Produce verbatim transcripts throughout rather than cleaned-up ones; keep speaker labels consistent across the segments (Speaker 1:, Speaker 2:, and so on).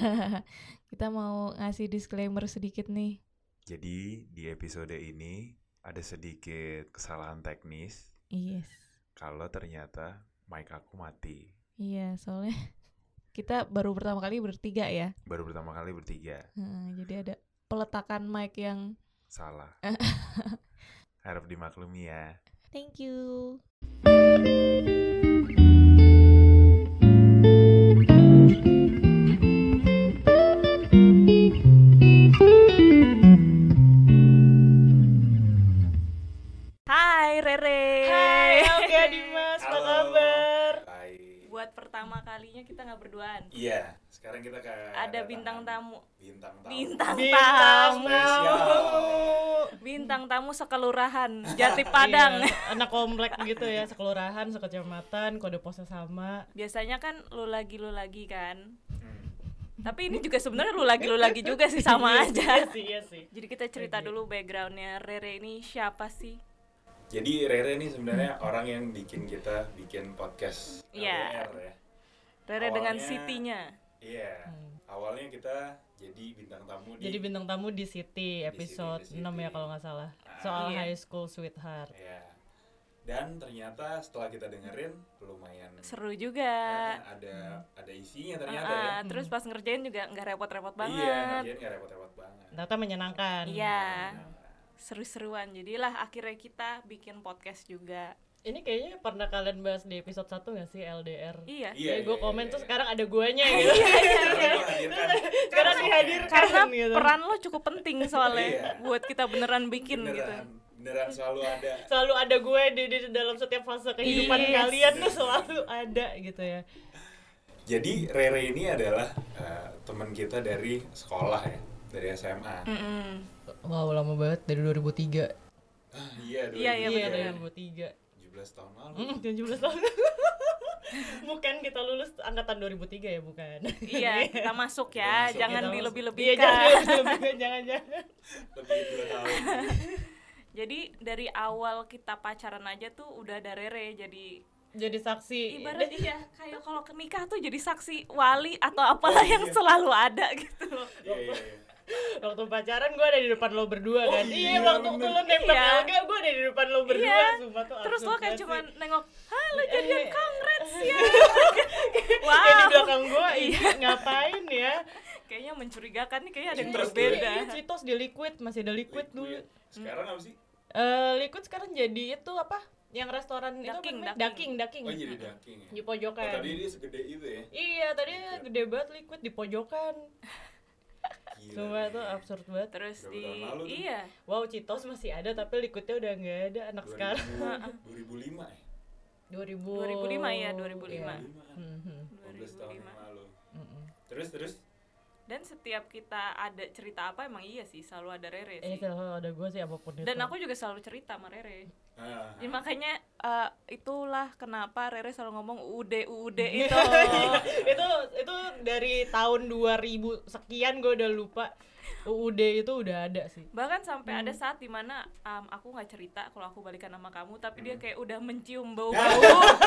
Speaker 1: Kita mau ngasih disclaimer sedikit nih.
Speaker 2: Jadi di episode ini ada sedikit kesalahan teknis.
Speaker 1: Yes.
Speaker 2: Kalau ternyata mic aku mati.
Speaker 1: Iya, soalnya kita baru pertama kali bertiga ya.
Speaker 2: Baru pertama kali bertiga.
Speaker 1: Hmm, jadi ada peletakan mic yang
Speaker 2: salah. Harap dimaklumi ya.
Speaker 1: Thank you. Hai Rere.
Speaker 3: Hai Elga Dimas, apa kabar?
Speaker 2: Baik.
Speaker 1: Buat pertama kalinya kita nggak berduaan.
Speaker 2: Iya, sekarang kita ke
Speaker 1: Ada bintang tamu.
Speaker 2: Bintang tamu.
Speaker 1: Bintang
Speaker 3: Bintang
Speaker 1: tamu.
Speaker 2: spesial.
Speaker 1: Bintang tamu sekelurahan Jati Padang.
Speaker 3: Iya, anak komplek gitu ya, sekelurahan, sekecamatan, kode posnya sama.
Speaker 1: Biasanya kan lu lagi lu lagi kan.
Speaker 2: Hmm.
Speaker 1: Tapi ini juga sebenarnya lu lagi lu lagi juga sih, sama
Speaker 3: Iya
Speaker 1: aja.
Speaker 3: sih, iya sih.
Speaker 1: Jadi kita cerita
Speaker 3: Oke.
Speaker 1: dulu backgroundnya Rere ini siapa sih?
Speaker 2: Jadi Rere ini sebenarnya orang yang bikin kita bikin podcast
Speaker 1: Iya.
Speaker 2: L D R ya.
Speaker 1: Rere dengan
Speaker 2: Awalnya-
Speaker 1: Siti-nya.
Speaker 2: Iya.
Speaker 3: Hmm.
Speaker 2: Awalnya kita jadi bintang tamu di
Speaker 3: Jadi bintang tamu di City episode
Speaker 2: Di City, di
Speaker 3: enam ya
Speaker 2: City.
Speaker 3: kalau nggak salah.
Speaker 2: Ah,
Speaker 3: Soal
Speaker 1: iya.
Speaker 3: high school sweetheart.
Speaker 2: Iya. Dan ternyata setelah kita dengerin lumayan
Speaker 1: Seru juga.
Speaker 2: ya, ada ada isinya ternyata
Speaker 1: Ah,
Speaker 2: ya.
Speaker 1: terus pas ngerjain juga nggak repot-repot
Speaker 2: Iya,
Speaker 1: banget.
Speaker 2: ngerjain nggak repot-repot banget.
Speaker 3: Ternyata menyenangkan.
Speaker 1: Iya. Seru-seruan. Jadilah akhirnya kita bikin podcast juga.
Speaker 3: Ini kayaknya pernah kalian bahas di episode satu nggak sih L D R?
Speaker 1: Iya.
Speaker 2: Iya,
Speaker 3: Kayak gue
Speaker 2: iya,
Speaker 3: komen
Speaker 2: iya,
Speaker 3: tuh
Speaker 2: iya.
Speaker 3: sekarang ada guanya gitu.
Speaker 2: Dihadirkan.
Speaker 3: Sekarang dihadirkan
Speaker 1: Karena
Speaker 3: gitu.
Speaker 1: peran lo cukup penting soalnya
Speaker 2: Iya.
Speaker 1: buat kita beneran bikin gitu.
Speaker 2: beneran, beneran selalu ada.
Speaker 3: Selalu ada gue di, di dalam setiap fase kehidupan
Speaker 1: Yes.
Speaker 3: kalian tuh selalu ada gitu ya.
Speaker 2: Jadi Rere ini adalah eh, teman kita dari sekolah ya, dari S M A.
Speaker 1: Mm-mm.
Speaker 3: Wow, lama banget dari dua ribu tiga.
Speaker 2: Ah, iya,
Speaker 1: Iya, iya,
Speaker 2: dua ribu tiga.
Speaker 1: bener.
Speaker 3: dua ribu tiga.
Speaker 2: tujuh belas tahun lalu.
Speaker 3: Hmm, tujuh belas tahun. Bukan kita lulus angkatan dua ribu tiga ya, bukan.
Speaker 1: Iya, kita masuk
Speaker 2: Kita
Speaker 1: ya,
Speaker 2: masuk,
Speaker 1: jangan
Speaker 3: kita masuk.
Speaker 1: dilebih-lebihkan.
Speaker 3: Iya, jangan dilebih-lebihkan, jangan-jangan.
Speaker 2: Lebih dua tahun.
Speaker 1: Jadi dari awal kita pacaran aja tuh udah ada Rere, jadi
Speaker 3: Jadi saksi.
Speaker 1: ibarat iya kayak kalau ke nikah tuh jadi saksi wali atau apalah yang
Speaker 2: iya.
Speaker 1: selalu ada gitu loh.
Speaker 2: Iya, iya, iya.
Speaker 3: Waktu pacaran gue ada di depan lo berdua kan.
Speaker 2: Oh,
Speaker 3: Iya,
Speaker 2: iya,
Speaker 3: waktu
Speaker 2: bener.
Speaker 3: tuh lo nembak
Speaker 1: Iya.
Speaker 3: Elga, gue ada di depan lo berdua.
Speaker 1: Iya.
Speaker 3: Sumpah tuh
Speaker 1: Terus lo
Speaker 3: absurd
Speaker 1: kayak
Speaker 3: banget
Speaker 1: cuman
Speaker 3: sih.
Speaker 1: nengok, "Hah, lo jadian
Speaker 3: Eh.
Speaker 1: congrats ya."
Speaker 3: Kayak di
Speaker 1: Wow.
Speaker 3: belakang gue, ini ngapain ya?
Speaker 1: Kayaknya mencurigakan nih, kayaknya ada yang
Speaker 2: Citos
Speaker 1: berbeda.
Speaker 3: Iya, Citos di Liquid, masih ada Liquid dulu.
Speaker 2: Liquid. Sekarang apa sih?
Speaker 3: Eh, Liquid sekarang jadi itu apa? Yang restoran itu apa
Speaker 1: Daking,
Speaker 3: namanya?
Speaker 1: daking.
Speaker 3: Daking, daking.
Speaker 2: Oh, jadi daking ya.
Speaker 3: Di pojokan.
Speaker 2: Oh, tadi dia segede itu ya.
Speaker 3: Iya, tadi gede banget Liquid di pojokan.
Speaker 2: Gila.
Speaker 3: Sumpah tuh absurd banget.
Speaker 1: Terus
Speaker 2: Berapa
Speaker 1: di
Speaker 2: tahun lalu tuh?
Speaker 1: iya,
Speaker 3: Wow, Citos masih ada tapi Liquidnya udah nggak ada anak sekarang.
Speaker 2: dua ribu lima ya?
Speaker 3: dua ribu
Speaker 1: dua ribu lima ya, dua ribu lima.
Speaker 3: Iya.
Speaker 2: dua ribu lima kan?
Speaker 3: Hmm, hmm.
Speaker 2: lima belas tahun yang lalu.
Speaker 3: Mm-mm.
Speaker 2: Terus terus
Speaker 1: Dan setiap kita ada cerita apa emang iya sih selalu ada Rere
Speaker 3: Eh,
Speaker 1: sih.
Speaker 3: kalau ada gue sih apapun itu.
Speaker 1: Dan aku juga selalu cerita sama Rere.
Speaker 2: ah,
Speaker 1: Jadi makanya eh, itulah kenapa Rere selalu ngomong U U D U U D itu.
Speaker 3: itu itu dari tahun dua ribu sekian gue udah lupa. U U D itu udah ada sih.
Speaker 1: Bahkan sampai
Speaker 3: Hmm.
Speaker 1: ada saat dimana um, aku nggak cerita kalau aku balikan sama kamu, tapi dia
Speaker 2: Hmm.
Speaker 1: kayak udah mencium bau-bau.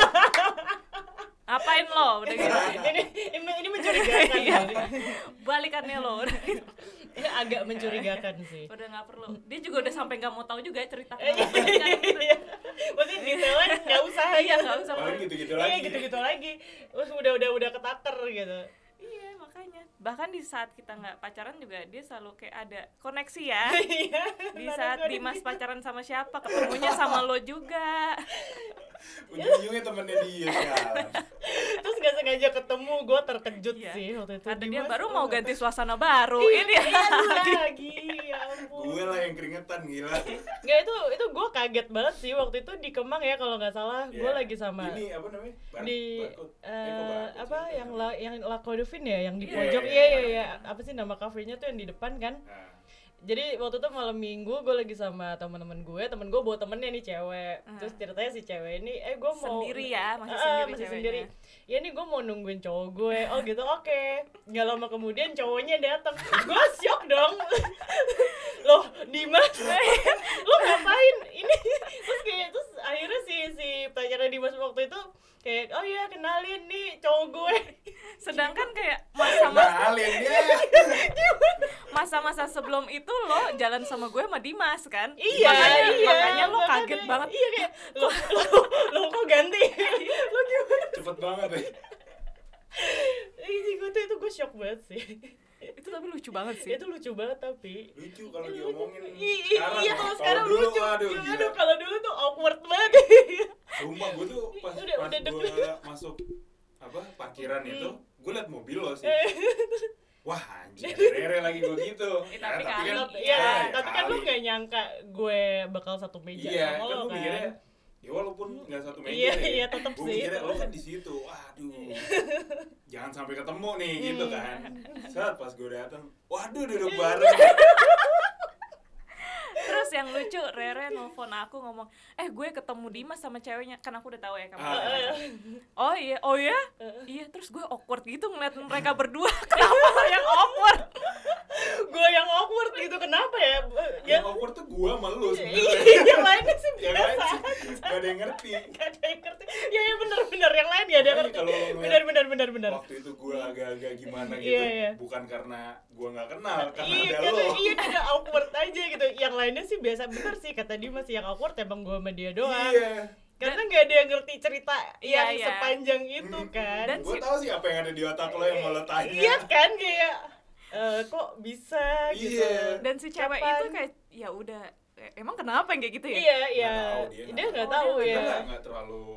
Speaker 1: Apain lo? Udah gitu.
Speaker 3: ini ini, ini mencurigakan
Speaker 1: Iya.
Speaker 3: kali.
Speaker 1: Balikannya lo.
Speaker 3: Ini agak mencurigakan sih.
Speaker 1: Udah nggak perlu. Dia juga udah sampai nggak mau tahu juga cerita.
Speaker 3: Eh,
Speaker 1: kenapa balikan gitu.
Speaker 3: iya. Maksudnya detailnya nggak usah
Speaker 1: Iya,
Speaker 3: gitu.
Speaker 1: nggak usah.
Speaker 2: paling gitu-gitu
Speaker 3: Iya
Speaker 2: lagi.
Speaker 3: gitu-gitu lagi. Terus udah udah udah ketater gitu.
Speaker 1: Iya, makanya. Bahkan di saat kita nggak pacaran juga dia selalu kayak ada koneksi ya.
Speaker 3: Iya.
Speaker 1: Di saat Dimas pacaran sama siapa, ketemunya sama lo juga.
Speaker 2: Ujung-ujungnya temennya dia sekarang.
Speaker 3: Terus nggak sengaja ketemu, gue terkejut
Speaker 1: Iya.
Speaker 3: sih waktu itu.
Speaker 1: Karena dia
Speaker 3: Dimas,
Speaker 1: baru
Speaker 3: oh,
Speaker 1: mau
Speaker 3: apa?
Speaker 1: ganti suasana baru. Ini
Speaker 3: Iya lu lagi, ya ampun.
Speaker 2: Gue lah yang keringetan gila.
Speaker 3: Nggak, itu itu gue kaget banget sih waktu itu di Kemang ya kalau nggak salah. Gue
Speaker 2: Iya.
Speaker 3: lagi sama
Speaker 2: Ini apa namanya? Bar-
Speaker 3: di
Speaker 2: barcode. Eh, kok
Speaker 3: eh,
Speaker 2: barcode
Speaker 3: apa
Speaker 2: sih?
Speaker 3: yang la, yang La Codevin ya yang di
Speaker 1: Iya,
Speaker 3: pojok.
Speaker 2: iya,
Speaker 3: Iya
Speaker 2: iya.
Speaker 3: iya iya. Apa sih nama kafenya tuh yang di depan kan?
Speaker 2: Nah,
Speaker 3: Jadi waktu itu malam minggu gue lagi sama teman-teman gue, temen gue bawa temennya nih cewek.
Speaker 1: Uh.
Speaker 3: Terus ceritanya si cewek ini, eh gue mau
Speaker 1: Sendiri ya, masih
Speaker 3: Ah,
Speaker 1: sendiri
Speaker 3: masih
Speaker 1: ceweknya.
Speaker 3: sendiri. Ya nih gue mau nungguin cowok gue. Oh gitu, oke. Nggak lama kemudian cowoknya datang. Gue shock dong. Loh, Dimas, lo ngapain? Ini terus kayak terus akhirnya si si pacarnya Dimas waktu itu kayak, oh iya kenalin nih cowok gue.
Speaker 1: Sedangkan kayak masa-masa
Speaker 2: Kenalin dia.
Speaker 1: masa-masa sebelum itu lo jalan sama gue sama Dimas kan?
Speaker 3: Iya,
Speaker 1: makanya,
Speaker 3: iya.
Speaker 1: makanya lo kaget
Speaker 3: Makanya,
Speaker 1: banget.
Speaker 3: Iya kayak lo lo lo kok ganti? Lo gimana?
Speaker 2: Cepet banget ya.
Speaker 3: Ini gue tuh itu gue shock banget sih.
Speaker 1: Itu tapi lucu banget sih.
Speaker 3: Itu lucu banget tapi.
Speaker 2: Lucu kalau diomongin
Speaker 3: I-
Speaker 2: sekarang.
Speaker 3: iya
Speaker 2: ya.
Speaker 3: kalau sekarang
Speaker 2: dulu,
Speaker 3: lucu.
Speaker 2: Aduh,
Speaker 3: Aduh,
Speaker 2: gila.
Speaker 3: kalau dulu tuh awkward banget.
Speaker 2: Sumpah gue tuh pas,
Speaker 3: Udah-
Speaker 2: pas
Speaker 3: udah
Speaker 2: gue
Speaker 3: deg-degan.
Speaker 2: masuk apa parkiran itu, gue liat mobil lo sih.
Speaker 3: Eh.
Speaker 2: Wah anjing, rere lagi gue gitu.
Speaker 1: Eh, tapi
Speaker 2: Ya,
Speaker 1: kali-
Speaker 2: kan,
Speaker 3: Iya,
Speaker 2: ya,
Speaker 3: tapi kan lu
Speaker 2: kali.
Speaker 3: nggak nyangka gue bakal satu meja
Speaker 2: Iya,
Speaker 3: sama
Speaker 2: kan
Speaker 3: lo
Speaker 2: gue
Speaker 3: kan.
Speaker 2: mikirnya ya walaupun nggak satu meja
Speaker 3: Iya,
Speaker 2: ya,
Speaker 3: iya, tetep
Speaker 2: gue
Speaker 3: sih.
Speaker 2: mikirnya lo kan di situ, waduh, jangan sampai ketemu nih gitu kan. Saat pas gue datang, waduh duduk bareng.
Speaker 1: Terus yang lucu, Rere nelfon aku ngomong, eh gue ketemu Dimas sama ceweknya, kan aku udah tahu ya kamu.
Speaker 2: Ah.
Speaker 1: Oh iya, oh ya? Iya, terus gue awkward gitu ngeliat mereka berdua. Kenapa lo yang awkward?
Speaker 3: Gue yang awkward gitu kenapa ya?
Speaker 2: Yang
Speaker 3: Ya
Speaker 2: awkward tuh gue sama lu sebenernya.
Speaker 3: yang lainnya sih
Speaker 2: Yang lain
Speaker 3: biasa.
Speaker 2: sih gak ada yang ngerti.
Speaker 3: Gak ada yang ngerti. Ya ya benar-benar yang lain gak ada yang
Speaker 2: Makanya
Speaker 3: ngerti.
Speaker 2: kalau lo ngeliat
Speaker 3: Benar benar benar benar.
Speaker 2: waktu itu gue agak-agak gimana gitu,
Speaker 3: Iya, iya.
Speaker 2: bukan karena gue nggak kenal, karena
Speaker 3: Iya,
Speaker 2: ada
Speaker 3: karena
Speaker 2: lo.
Speaker 3: iya ada awkward aja gitu. Yang lainnya sih biasa bener sih kata dia masih yang awkward emang gue sama dia doang.
Speaker 2: Iya.
Speaker 3: Karena nggak ada yang ngerti cerita
Speaker 1: Iya,
Speaker 3: yang
Speaker 1: iya.
Speaker 3: sepanjang itu kan.
Speaker 1: Dan
Speaker 2: Gue
Speaker 1: si-
Speaker 2: tahu sih apa yang ada di otak lo yang mau lo tanya.
Speaker 3: Iya kan kayak eh, kok bisa gitu.
Speaker 2: Iya.
Speaker 1: Dan si cewek
Speaker 3: Kapan?
Speaker 1: itu kayak, ya udah, e- emang kenapa yang kayak gitu ya?
Speaker 3: Iya, iya.
Speaker 2: Nggak tahu, dia
Speaker 3: Dia
Speaker 2: nggak
Speaker 3: nggak
Speaker 1: tahu.
Speaker 3: tahu
Speaker 1: Oh, dia
Speaker 3: ya.
Speaker 2: Kita nggak nggak terlalu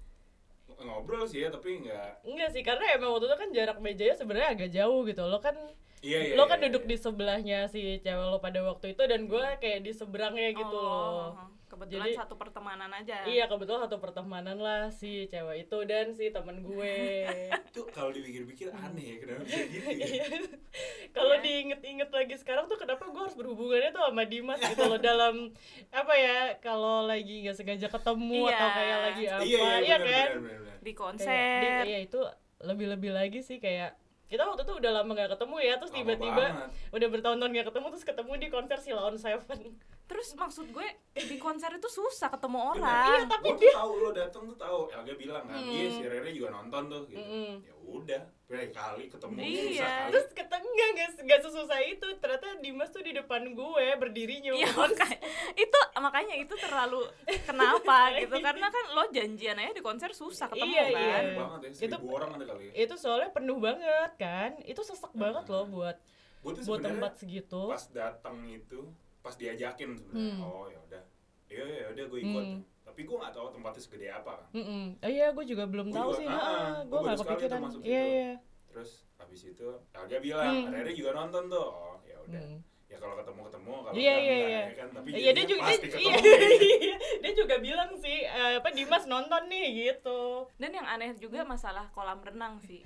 Speaker 2: ngobrol sih ya, tapi nggak.
Speaker 3: Enggak sih, karena emang waktu itu kan jarak mejanya sebenarnya agak jauh gitu. Lo kan
Speaker 2: Iya iya.
Speaker 3: lo kan
Speaker 2: iya,
Speaker 3: duduk
Speaker 2: iya.
Speaker 3: di sebelahnya si cewek lo pada waktu itu dan gue kayak di seberangnya gitu
Speaker 1: Oh,
Speaker 3: loh.
Speaker 1: kebetulan
Speaker 3: Jadi-
Speaker 1: satu pertemanan aja.
Speaker 3: Iya, kebetulan satu pertemanan lah si cewek itu dan si temen gue.
Speaker 2: Itu kalau dipikir-pikir aneh ya, kenapa bisa gitu ya?
Speaker 3: Kalau
Speaker 1: Iya.
Speaker 3: diinget-inget lagi sekarang tuh kenapa gue harus berhubungannya tuh sama Dimas gitu loh dalam apa ya kalau lagi nggak sengaja ketemu
Speaker 1: Iya.
Speaker 3: atau kayak lagi apa
Speaker 2: Iya iya
Speaker 3: iya
Speaker 2: benar,
Speaker 3: kan
Speaker 2: benar, benar, benar.
Speaker 1: Di
Speaker 3: Kayak,
Speaker 1: konser.
Speaker 3: di- iya itu lebih-lebih lagi sih kayak kita waktu itu udah lama gak ketemu ya terus
Speaker 2: Lama
Speaker 3: tiba-tiba
Speaker 2: banget.
Speaker 3: udah bertahun-tahun gak ketemu terus ketemu di konser si Laon Seven.
Speaker 1: Terus maksud gue di konser itu susah ketemu
Speaker 2: Benar.
Speaker 1: orang.
Speaker 3: Iya, tapi
Speaker 2: Gua tuh
Speaker 3: dia-
Speaker 2: tahu lo datang tuh tahu. Elga bilang kan,
Speaker 3: Hmm.
Speaker 2: iya si Rere juga nonton tuh gitu.
Speaker 3: Mm-mm.
Speaker 2: Ya udah, berapa kali ketemu
Speaker 1: Iya.
Speaker 2: susah kali.
Speaker 3: Terus ketemu nggak nggak nggak sesusah itu ternyata Dimas tuh di depan gue berdiri
Speaker 1: Iya,
Speaker 3: nyumpun.
Speaker 1: makanya, itu makanya itu terlalu kenapa gitu karena kan lo janjian aja di konser susah ketemu
Speaker 3: Iya,
Speaker 1: kan.
Speaker 3: iya.
Speaker 2: Banyak banget ya, seribu
Speaker 3: Itu-
Speaker 2: orang ada kali ya.
Speaker 3: Itu soalnya penuh banget kan itu sesek banget loh buat
Speaker 2: Gua tuh
Speaker 3: buat
Speaker 2: sebenarnya
Speaker 3: tempat segitu.
Speaker 2: pas datang itu, pas diajakin sebenarnya,
Speaker 3: Hmm.
Speaker 2: oh ya udah, iya ya udah gue ikut.
Speaker 3: Hmm.
Speaker 2: Tapi gue nggak tahu tempatnya segede apa kan.
Speaker 3: Mm-mm. Eh, iya gue juga belum
Speaker 2: Gua
Speaker 3: tahu
Speaker 2: juga-
Speaker 3: sih
Speaker 2: ah,
Speaker 3: ah,
Speaker 2: gua
Speaker 3: gue
Speaker 2: baru
Speaker 3: nggak
Speaker 2: sekali tuh
Speaker 3: kepikiran
Speaker 2: masuk
Speaker 3: iya
Speaker 2: situ.
Speaker 3: iya
Speaker 2: Terus habis itu Elga bilang,
Speaker 3: Hmm.
Speaker 2: Rere juga nonton tuh. Oh ya udah.
Speaker 3: Hmm.
Speaker 2: Ya kalau ketemu ketemu, kalau
Speaker 3: Iya,
Speaker 2: enggak,
Speaker 3: iya,
Speaker 2: enggak,
Speaker 3: iya.
Speaker 2: ya kan. Tapi
Speaker 3: Iya dia
Speaker 2: jadinya
Speaker 3: juga
Speaker 2: pasti
Speaker 3: dia,
Speaker 2: ketemu.
Speaker 3: iya,
Speaker 2: kayaknya.
Speaker 3: iya. Dia juga bilang sih eh, apa Dimas nonton nih gitu.
Speaker 1: Dan yang aneh juga masalah kolam renang sih.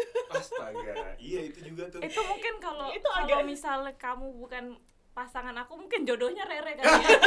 Speaker 2: Astaga, iya itu juga tuh.
Speaker 1: Itu mungkin kalau
Speaker 3: Itu
Speaker 1: kalau
Speaker 3: agak-
Speaker 1: misalnya kamu bukan pasangan aku mungkin jodohnya Rere kali ya.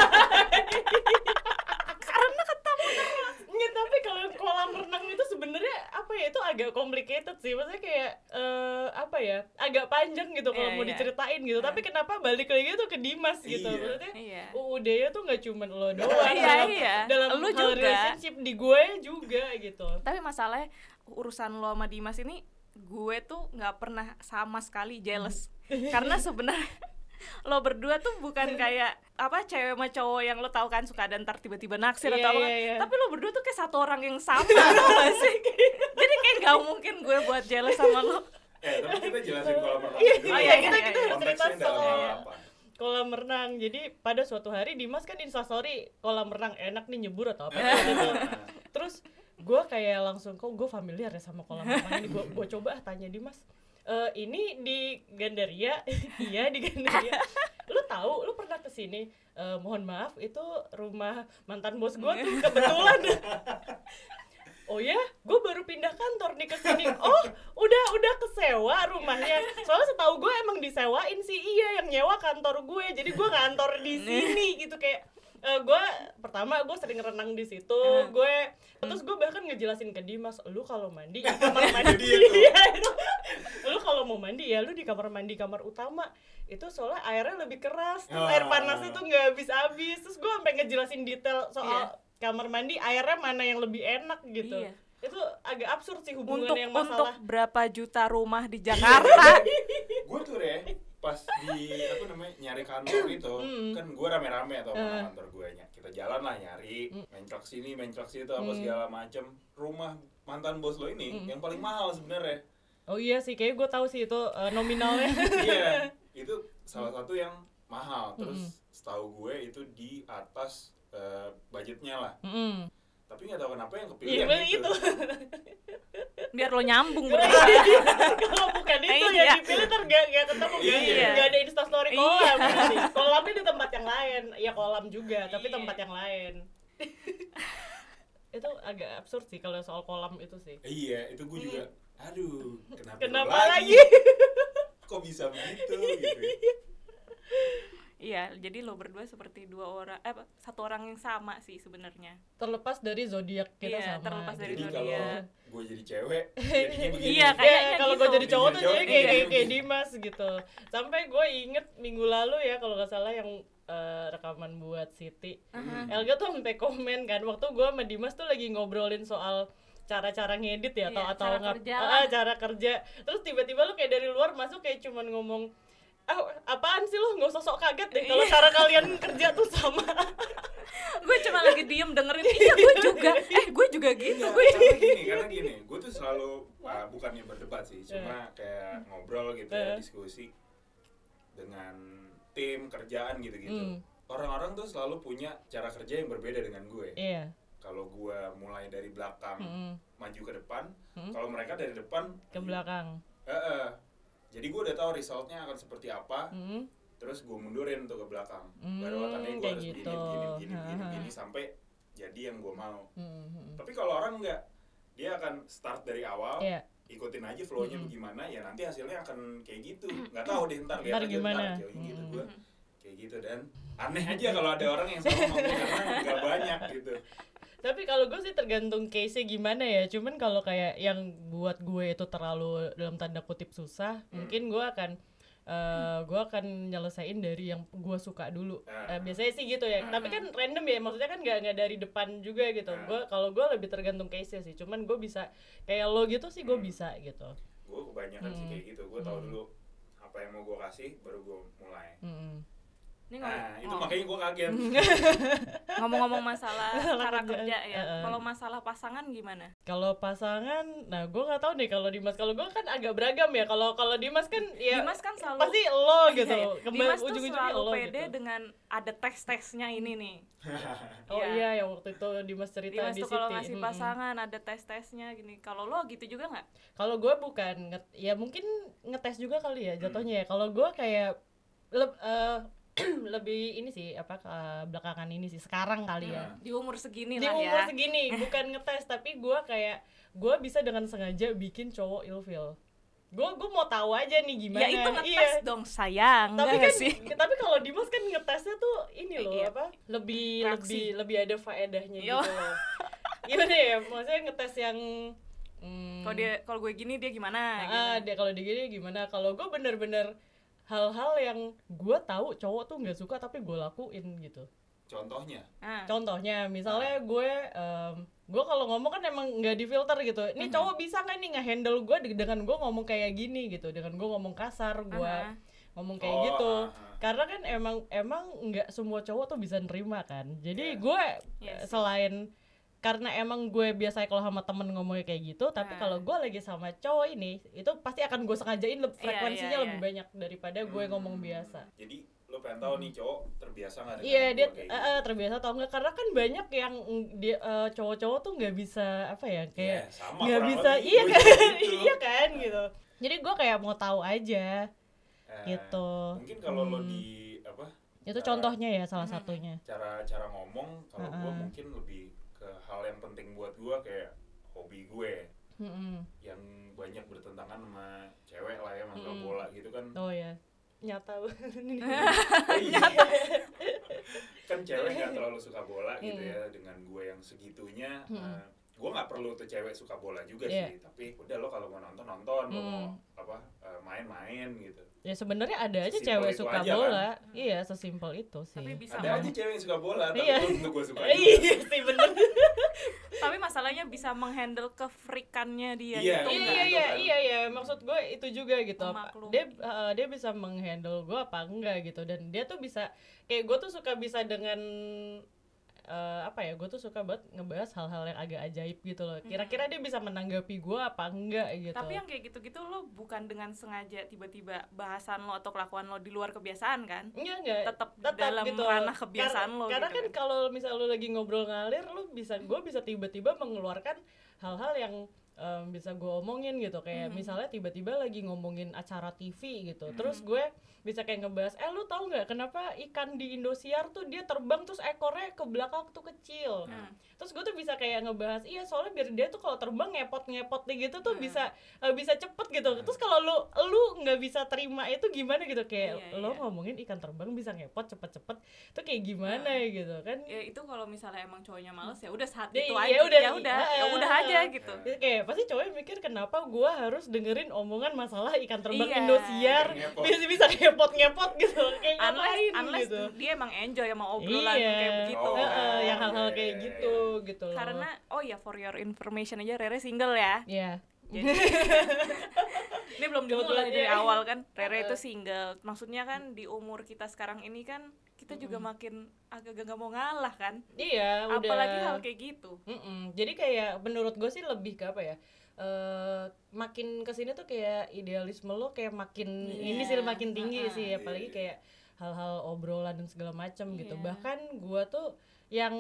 Speaker 1: Karena ketemu terus.
Speaker 3: Nggak, tapi kalau kolam renang itu sebenarnya apa ya itu agak complicated sih maksudnya kayak eh, apa ya agak panjang gitu kalau
Speaker 1: Iya,
Speaker 3: mau
Speaker 1: iya.
Speaker 3: diceritain gitu tapi kenapa balik lagi tuh ke Dimas gitu
Speaker 2: Iya.
Speaker 3: maksudnya
Speaker 1: Iya.
Speaker 3: U U D-nya tuh nggak cuma lo doang
Speaker 1: Iya,
Speaker 3: dalam,
Speaker 1: iya.
Speaker 3: dalam
Speaker 1: Lu
Speaker 3: hal
Speaker 1: juga.
Speaker 3: relationship di gue juga gitu.
Speaker 1: Tapi masalahnya urusan lo sama Dimas ini gue tuh nggak pernah sama sekali jealous. Karena sebenarnya lo berdua tuh bukan kayak apa cewek sama cowok yang lo tahu kan suka ada ntar tiba-tiba naksir
Speaker 3: Iya,
Speaker 1: atau apa,
Speaker 3: iya, iya.
Speaker 1: tapi lo berdua tuh kayak satu orang yang sama tau gak sih? Jadi kayak nggak mungkin gue buat jealous sama lo.
Speaker 2: Eh, tapi kita jelasin kolam renang
Speaker 3: Iya,
Speaker 2: dulu.
Speaker 1: iya,
Speaker 3: iya,
Speaker 1: iya,
Speaker 3: kita
Speaker 1: iya,
Speaker 3: kita
Speaker 1: iya.
Speaker 3: cerita
Speaker 2: Konteksnya dalam
Speaker 3: soal
Speaker 2: hal apa?
Speaker 3: kolam renang. Jadi pada suatu hari Dimas kan instastory kolam renang enak nih nyebur atau apa gitu. Terus gue kayak langsung kok gue familiar ya sama kolam renang ini. Gue gue coba ah tanya Dimas. Eh ini di Gandaria, iya di Gandaria. Lu tahu, lu pernah kesini? Eh, mohon maaf, itu rumah mantan bos gue tuh kebetulan. Oh ya, gue baru pindah kantor nih ke sini. Oh, udah udah kesewa rumahnya. Soalnya setahu gue emang disewain sih, iya yang nyewa kantor gue. Jadi gue kantor di sini gitu kayak. Uh, gue pertama gue sering renang di situ,
Speaker 1: Hmm.
Speaker 3: gue terus gue bahkan ngejelasin ke Dimas, lu kalau mandi di kamar mandi,
Speaker 2: Jadi itu.
Speaker 3: Iya, itu. Lu kalau mau mandi ya lu di kamar mandi kamar utama, itu soalnya airnya lebih keras, terus
Speaker 2: Oh.
Speaker 3: air panasnya tuh nggak habis-habis, terus gue sampai ngejelasin detail soal
Speaker 1: Iya.
Speaker 3: kamar mandi airnya mana yang lebih enak gitu.
Speaker 1: Iya.
Speaker 3: Itu agak absurd sih hubungan
Speaker 1: untuk
Speaker 3: yang
Speaker 1: untuk
Speaker 3: masalah.
Speaker 1: berapa juta rumah di Jakarta.
Speaker 2: Gue tuh deh pas di apa namanya nyari kantor itu
Speaker 3: Mm.
Speaker 2: kan gue rame-rame atau
Speaker 3: Uh.
Speaker 2: mana kantor gue nya kita jalan lah nyari
Speaker 3: Mm.
Speaker 2: menclok sini menclok situ apa
Speaker 3: Mm.
Speaker 2: segala macem. Rumah mantan bos lo ini
Speaker 3: Mm.
Speaker 2: yang paling mahal sebenarnya.
Speaker 3: Oh iya sih, kayaknya gue tahu sih itu uh, nominalnya.
Speaker 2: Iya, itu salah satu yang mahal. Terus
Speaker 3: Mm.
Speaker 2: setahu gue itu di atas uh, budgetnya lah.
Speaker 3: Mm-mm.
Speaker 2: Tapi nggak tahu kenapa yang kepilih
Speaker 3: Iya,
Speaker 2: yang
Speaker 3: itu.
Speaker 2: itu.
Speaker 1: Biar lo nyambung
Speaker 3: Kalau
Speaker 1: berdua.
Speaker 3: bukan itu
Speaker 1: Iya.
Speaker 3: yang dipilih ntar gak, gak ketemu kan?
Speaker 2: Iya.
Speaker 3: Gak ada instastory
Speaker 1: Iya.
Speaker 3: kolam berarti. Kolamnya di tempat yang lain. Ya kolam juga, tapi
Speaker 1: Iya.
Speaker 3: tempat yang lain. Itu agak absurd sih kalau soal kolam itu sih.
Speaker 2: Iya, itu gue juga. Aduh, kenapa,
Speaker 3: Kenapa
Speaker 2: lo
Speaker 3: lagi?
Speaker 2: Kok bisa begitu gitu?
Speaker 1: Iya, jadi lo berdua seperti dua orang, eh apa, satu orang yang sama sih sebenarnya.
Speaker 3: Terlepas dari zodiak kita
Speaker 1: Iya,
Speaker 3: sama.
Speaker 1: terlepas dari
Speaker 2: Jadi
Speaker 3: gitu.
Speaker 2: kalau
Speaker 1: zodiak.
Speaker 2: gue jadi cewek, jadinya begini.
Speaker 1: Iya,
Speaker 3: Ya,
Speaker 1: kayaknya
Speaker 3: kalau
Speaker 1: gitu.
Speaker 3: gue jadi cowok tuh
Speaker 2: Jadi
Speaker 3: jadi
Speaker 2: cowok,
Speaker 3: kayak,
Speaker 2: iya.
Speaker 3: kayak, kayak Dimas gitu. Sampai gue inget minggu lalu ya kalau nggak salah yang eh, rekaman buat Siti.
Speaker 1: Uh-huh.
Speaker 3: Elga tuh sampai komen kan waktu gue sama Dimas tuh lagi ngobrolin soal cara-cara ngedit ya atau
Speaker 1: Iya,
Speaker 3: atau
Speaker 1: cara
Speaker 3: ngap-
Speaker 1: kerja
Speaker 3: ah,
Speaker 1: lah.
Speaker 3: cara kerja. Terus tiba-tiba lu kayak dari luar masuk kayak cuman ngomong ah apaan sih lu nggak usah sok kaget deh kalau
Speaker 1: Iya.
Speaker 3: cara kalian kerja tuh sama.
Speaker 1: Gue cuma lagi diem dengerin, iya gue juga, eh gue juga gitu.
Speaker 2: Iya,
Speaker 1: Gue
Speaker 2: karena gini, karena gini, gue tuh selalu uh, bukannya berdebat sih, cuma kayak ngobrol gitu ya,
Speaker 3: Eh.
Speaker 2: diskusi dengan tim kerjaan gitu-gitu.
Speaker 3: Hmm.
Speaker 2: Orang-orang tuh selalu punya cara kerja yang berbeda dengan gue.
Speaker 3: Iya.
Speaker 2: Kalau gue mulai dari belakang
Speaker 3: Mm-mm.
Speaker 2: maju ke depan,
Speaker 3: Mm.
Speaker 2: kalau mereka dari depan
Speaker 3: Ke belakang.
Speaker 2: Eh, eh. Jadi gue udah tahu resultnya akan seperti apa.
Speaker 3: Mm.
Speaker 2: Terus gue mundurin tuh ke belakang.
Speaker 3: Hmm,
Speaker 2: Baru tandanya gue
Speaker 3: kayak
Speaker 2: harus
Speaker 3: gitu.
Speaker 2: gini, gini, gini, gini,
Speaker 3: Ha-ha.
Speaker 2: gini sampai jadi yang gue mau.
Speaker 3: Mm-mm.
Speaker 2: Tapi kalau orang enggak, dia akan start dari awal,
Speaker 3: Iya.
Speaker 2: ikutin aja flow-nya
Speaker 3: Mm-mm.
Speaker 2: bagaimana, ya nanti hasilnya akan kayak gitu. Nggak tahu deh ntar lihat
Speaker 3: Ntar
Speaker 2: aja
Speaker 3: gimana.
Speaker 2: ntar jauh gitu
Speaker 3: Mm-mm.
Speaker 2: gue. Kayak gitu dan aneh aja kalau ada orang yang sama sama gue karena nggak banyak gitu.
Speaker 3: Tapi kalau gue sih tergantung case-nya gimana ya. Cuman kalau kayak yang buat gue itu terlalu dalam tanda kutip susah,
Speaker 2: Hmm.
Speaker 3: mungkin gue akan eh gue akan nyelesain dari yang gue suka dulu.
Speaker 2: Ah.
Speaker 3: Eh, biasanya sih gitu ya.
Speaker 2: Ah.
Speaker 3: Tapi kan random ya. Maksudnya kan nggak nggak dari depan juga gitu.
Speaker 2: Ah.
Speaker 3: Gue kalau gue lebih tergantung case-nya sih. Cuman gue bisa kayak lo gitu sih gue
Speaker 2: Hmm.
Speaker 3: bisa gitu.
Speaker 2: Gue kebanyakan sih
Speaker 3: Mm.
Speaker 2: kayak gitu. Gue tahu
Speaker 3: Mm.
Speaker 2: dulu apa yang mau gue kasih, baru gue mulai.
Speaker 3: Mm-mm.
Speaker 1: Ini
Speaker 2: Nah, itu
Speaker 1: ngomong,
Speaker 2: makanya gue kaget.
Speaker 1: ngomong-ngomong masalah
Speaker 3: Masalah
Speaker 1: cara
Speaker 3: kerjaan.
Speaker 1: kerja ya.
Speaker 3: Uh-uh.
Speaker 1: Kalau masalah pasangan gimana?
Speaker 3: Kalau pasangan, nah gue nggak tahu nih kalau Dimas. Kalau gue kan agak beragam ya. Kalau kalau Dimas kan ya
Speaker 1: Dimas kan selalu
Speaker 3: pasti lo gitu.
Speaker 1: Iya, iya.
Speaker 3: Kembali
Speaker 1: Dimas tuh
Speaker 3: ujung-ujungnya
Speaker 1: selalu
Speaker 3: lo
Speaker 1: pede
Speaker 3: gitu.
Speaker 1: dengan ada tes-tesnya ini nih.
Speaker 3: Oh
Speaker 1: Iya.
Speaker 3: iya, yang waktu itu Dimas cerita
Speaker 1: Dimas
Speaker 3: di
Speaker 1: tuh kalau
Speaker 3: Siti.
Speaker 1: ngasih
Speaker 3: Mm-mm.
Speaker 1: pasangan ada tes-tesnya gini. Kalau lo gitu juga nggak?
Speaker 3: Kalau gue bukan nget, ya mungkin ngetes juga kali ya jatuhnya ya. Kalau gue kayak leb, eh, lebih ini sih apa ke belakangan ini sih sekarang kali ya.
Speaker 1: Di umur segini
Speaker 3: Di
Speaker 1: lah
Speaker 3: umur
Speaker 1: ya.
Speaker 3: segini bukan ngetes tapi gue kayak gue bisa dengan sengaja bikin cowok ilfeel. Gue gue mau tahu aja nih gimana.
Speaker 1: Ya itu ngetes
Speaker 3: Iya.
Speaker 1: dong sayang.
Speaker 3: Tapi
Speaker 1: nggak
Speaker 3: kan
Speaker 1: sih?
Speaker 3: tapi kalau Dimas kan ngetesnya tuh ini loh
Speaker 1: Iya.
Speaker 3: apa lebih
Speaker 1: Praksi.
Speaker 3: lebih lebih ada faedahnya
Speaker 1: Yo.
Speaker 3: gitu loh. Gimana ya maksudnya ngetes yang hmm,
Speaker 1: Kalau dia kalau gue gini dia gimana?
Speaker 3: ah,
Speaker 1: gitu.
Speaker 3: dia kalau dia gini gimana. Kalau gue bener-bener hal-hal yang gue tahu cowok tuh nggak suka tapi gue lakuin gitu.
Speaker 2: Contohnya,
Speaker 1: Ah.
Speaker 3: Contohnya misalnya gue em, gue kalau ngomong kan emang nggak difilter gitu. Ini
Speaker 1: Mhm.
Speaker 3: cowok bisa nggak nih nge-handle gue de- dengan gue ngomong kayak gini gitu, dengan gue ngomong kasar, gue
Speaker 1: Aha.
Speaker 3: ngomong kayak
Speaker 2: Oh,
Speaker 3: gitu.
Speaker 2: ah, ah.
Speaker 3: Karena kan emang emang nggak semua cowok tuh bisa nerima kan. Jadi
Speaker 2: Iya.
Speaker 3: gue
Speaker 1: Iya
Speaker 3: eh,
Speaker 1: sih.
Speaker 3: selain karena emang gue biasa kalau sama temen ngomongnya kayak gitu, tapi
Speaker 1: Ah.
Speaker 3: kalau gue lagi sama cowok ini, itu pasti akan gue sengajain lebih
Speaker 1: Iya,
Speaker 3: frekuensinya
Speaker 1: iya,
Speaker 3: lebih
Speaker 1: iya.
Speaker 3: banyak daripada gue
Speaker 2: Hmm.
Speaker 3: ngomong biasa.
Speaker 2: Jadi lo pengen tahu nih cowok terbiasa nggak dengan
Speaker 3: Iya
Speaker 2: gua
Speaker 3: dia
Speaker 2: kayak
Speaker 3: eh,
Speaker 2: gitu?
Speaker 3: eh, terbiasa atau enggak karena kan banyak yang mm, dia eh, cowok-cowok tuh nggak bisa apa ya kayak
Speaker 2: Ya, sama
Speaker 3: nggak
Speaker 2: kurang
Speaker 3: bisa
Speaker 2: lebih,
Speaker 3: iya
Speaker 2: gua
Speaker 3: kan
Speaker 2: juga gitu.
Speaker 3: iya kan gitu. Jadi gue kayak mau tahu aja
Speaker 2: Eh,
Speaker 3: gitu.
Speaker 2: Mungkin kalau lo
Speaker 3: Hmm.
Speaker 2: di apa
Speaker 3: Itu
Speaker 2: cara-
Speaker 3: contohnya ya salah
Speaker 1: Hmm.
Speaker 3: satunya.
Speaker 2: cara cara ngomong kalau gue
Speaker 3: Ah, ah.
Speaker 2: mungkin lebih ke hal yang penting buat gue kayak hobi gue
Speaker 3: Mm-mm.
Speaker 2: yang banyak bertentangan sama cewek lah ya masalah
Speaker 3: Mm-mm.
Speaker 2: bola gitu kan.
Speaker 3: Oh ya nyata.
Speaker 2: Iya. Kan cewek nggak terlalu suka bola gitu
Speaker 3: Mm.
Speaker 2: ya dengan gue yang segitunya.
Speaker 3: Mm.
Speaker 2: eh, gue nggak nggak perlu tuh cewek suka bola juga
Speaker 3: yeah.
Speaker 2: sih, tapi udah lo kalau mau nonton nonton, lo
Speaker 3: hmm.
Speaker 2: mau apa uh, main-main gitu.
Speaker 3: Ya sebenarnya ada aja
Speaker 2: Sesimpel
Speaker 3: cewek
Speaker 2: itu
Speaker 3: suka
Speaker 2: aja,
Speaker 3: bola,
Speaker 2: kan?
Speaker 3: Iya sesimpel itu sih.
Speaker 1: Tapi bisa
Speaker 2: Ada aja cewek yang suka bola, tapi
Speaker 3: Iya.
Speaker 2: belum tentu gue suka
Speaker 3: Iya
Speaker 2: juga.
Speaker 3: sih bener.
Speaker 1: Tapi masalahnya bisa menghandle kefrikannya dia
Speaker 2: Iya,
Speaker 1: gitu
Speaker 3: Iya
Speaker 1: kan.
Speaker 3: iya
Speaker 2: itu
Speaker 3: iya
Speaker 2: kan.
Speaker 3: iya iya maksud gue itu juga gitu. Apa-
Speaker 1: Memaklumi.
Speaker 3: Dia uh, dia bisa menghandle gue apa enggak gitu, dan dia tuh bisa kayak gue tuh suka bisa dengan uh, apa ya, gue tuh suka banget ngebahas hal-hal yang agak ajaib gitu loh. Kira-kira dia bisa menanggapi gue apa enggak gitu.
Speaker 1: Tapi yang kayak gitu-gitu lo bukan dengan sengaja tiba-tiba bahasan lo atau kelakuan lo di luar kebiasaan kan?
Speaker 3: Enggak enggak
Speaker 1: Tetap
Speaker 3: tetap
Speaker 1: dalam
Speaker 3: gitu.
Speaker 1: ranah kebiasaan
Speaker 3: Kar-
Speaker 1: lo
Speaker 3: karena
Speaker 1: gitu
Speaker 3: kan kalau misal lo lagi ngobrol ngalir, lo bisa gue bisa tiba-tiba mengeluarkan hal-hal yang um, bisa gue omongin gitu, kayak
Speaker 1: Mhm.
Speaker 3: misalnya tiba-tiba lagi ngomongin acara T V gitu,
Speaker 2: Mhm.
Speaker 3: terus gue bisa kayak ngebahas, eh lu tahu nggak kenapa ikan di Indosiar tuh dia terbang terus ekornya ke belakang tuh kecil.
Speaker 1: Hmm.
Speaker 3: Terus gue tuh bisa kayak ngebahas, iya soalnya biar dia tuh kalau terbang ngepot-ngepot gitu tuh
Speaker 1: Hmm.
Speaker 3: bisa uh, bisa cepet gitu. Terus kalau lu lu nggak bisa terima itu gimana gitu, kayak
Speaker 1: Iya,
Speaker 3: lo
Speaker 1: iya.
Speaker 3: ngomongin ikan terbang bisa ngepot cepet-cepet tuh kayak gimana
Speaker 1: Hmm.
Speaker 3: gitu kan.
Speaker 1: Ya itu kalau misalnya emang cowoknya males ya udah saat
Speaker 3: Ya,
Speaker 1: itu
Speaker 3: ya
Speaker 1: aja
Speaker 3: udah,
Speaker 1: ya udah ya
Speaker 3: iya.
Speaker 1: udah aja gitu.
Speaker 3: Jadi kayak pasti cowok mikir kenapa gue harus dengerin omongan masalah ikan terbang
Speaker 1: Iya.
Speaker 3: Indosiar
Speaker 2: Ngepot.
Speaker 3: bisa bisa ngepot-ngepot gitu, kayak
Speaker 1: Unless,
Speaker 3: ngapain
Speaker 1: unless
Speaker 3: gitu.
Speaker 1: dia emang enjoy sama obrolan
Speaker 3: Iya.
Speaker 1: kayak begitu.
Speaker 2: Oh,
Speaker 3: Heeh, yang
Speaker 2: iya,
Speaker 3: hal-hal
Speaker 2: iya,
Speaker 3: kayak
Speaker 2: iya,
Speaker 3: gitu gitu loh.
Speaker 1: Karena oh ya for your information aja Rere single ya.
Speaker 3: ya
Speaker 1: Jadi ini belum dimulai
Speaker 3: Kebetulan,
Speaker 1: dari
Speaker 3: iya.
Speaker 1: awal kan. Rere
Speaker 3: Uh-uh.
Speaker 1: itu single. Maksudnya kan di umur kita sekarang ini kan kita juga makin agak gak mau ngalah kan.
Speaker 3: iya udah.
Speaker 1: Apalagi hal kayak gitu.
Speaker 3: Mm-mm. Jadi kayak menurut gue sih lebih ke apa ya, uh, makin kesini tuh kayak idealisme lo kayak makin
Speaker 1: Iya.
Speaker 3: ini sih makin tinggi
Speaker 1: Uh-uh.
Speaker 3: sih, apalagi kayak hal-hal obrolan dan segala macam gitu.
Speaker 1: Iya.
Speaker 3: Bahkan gue tuh yang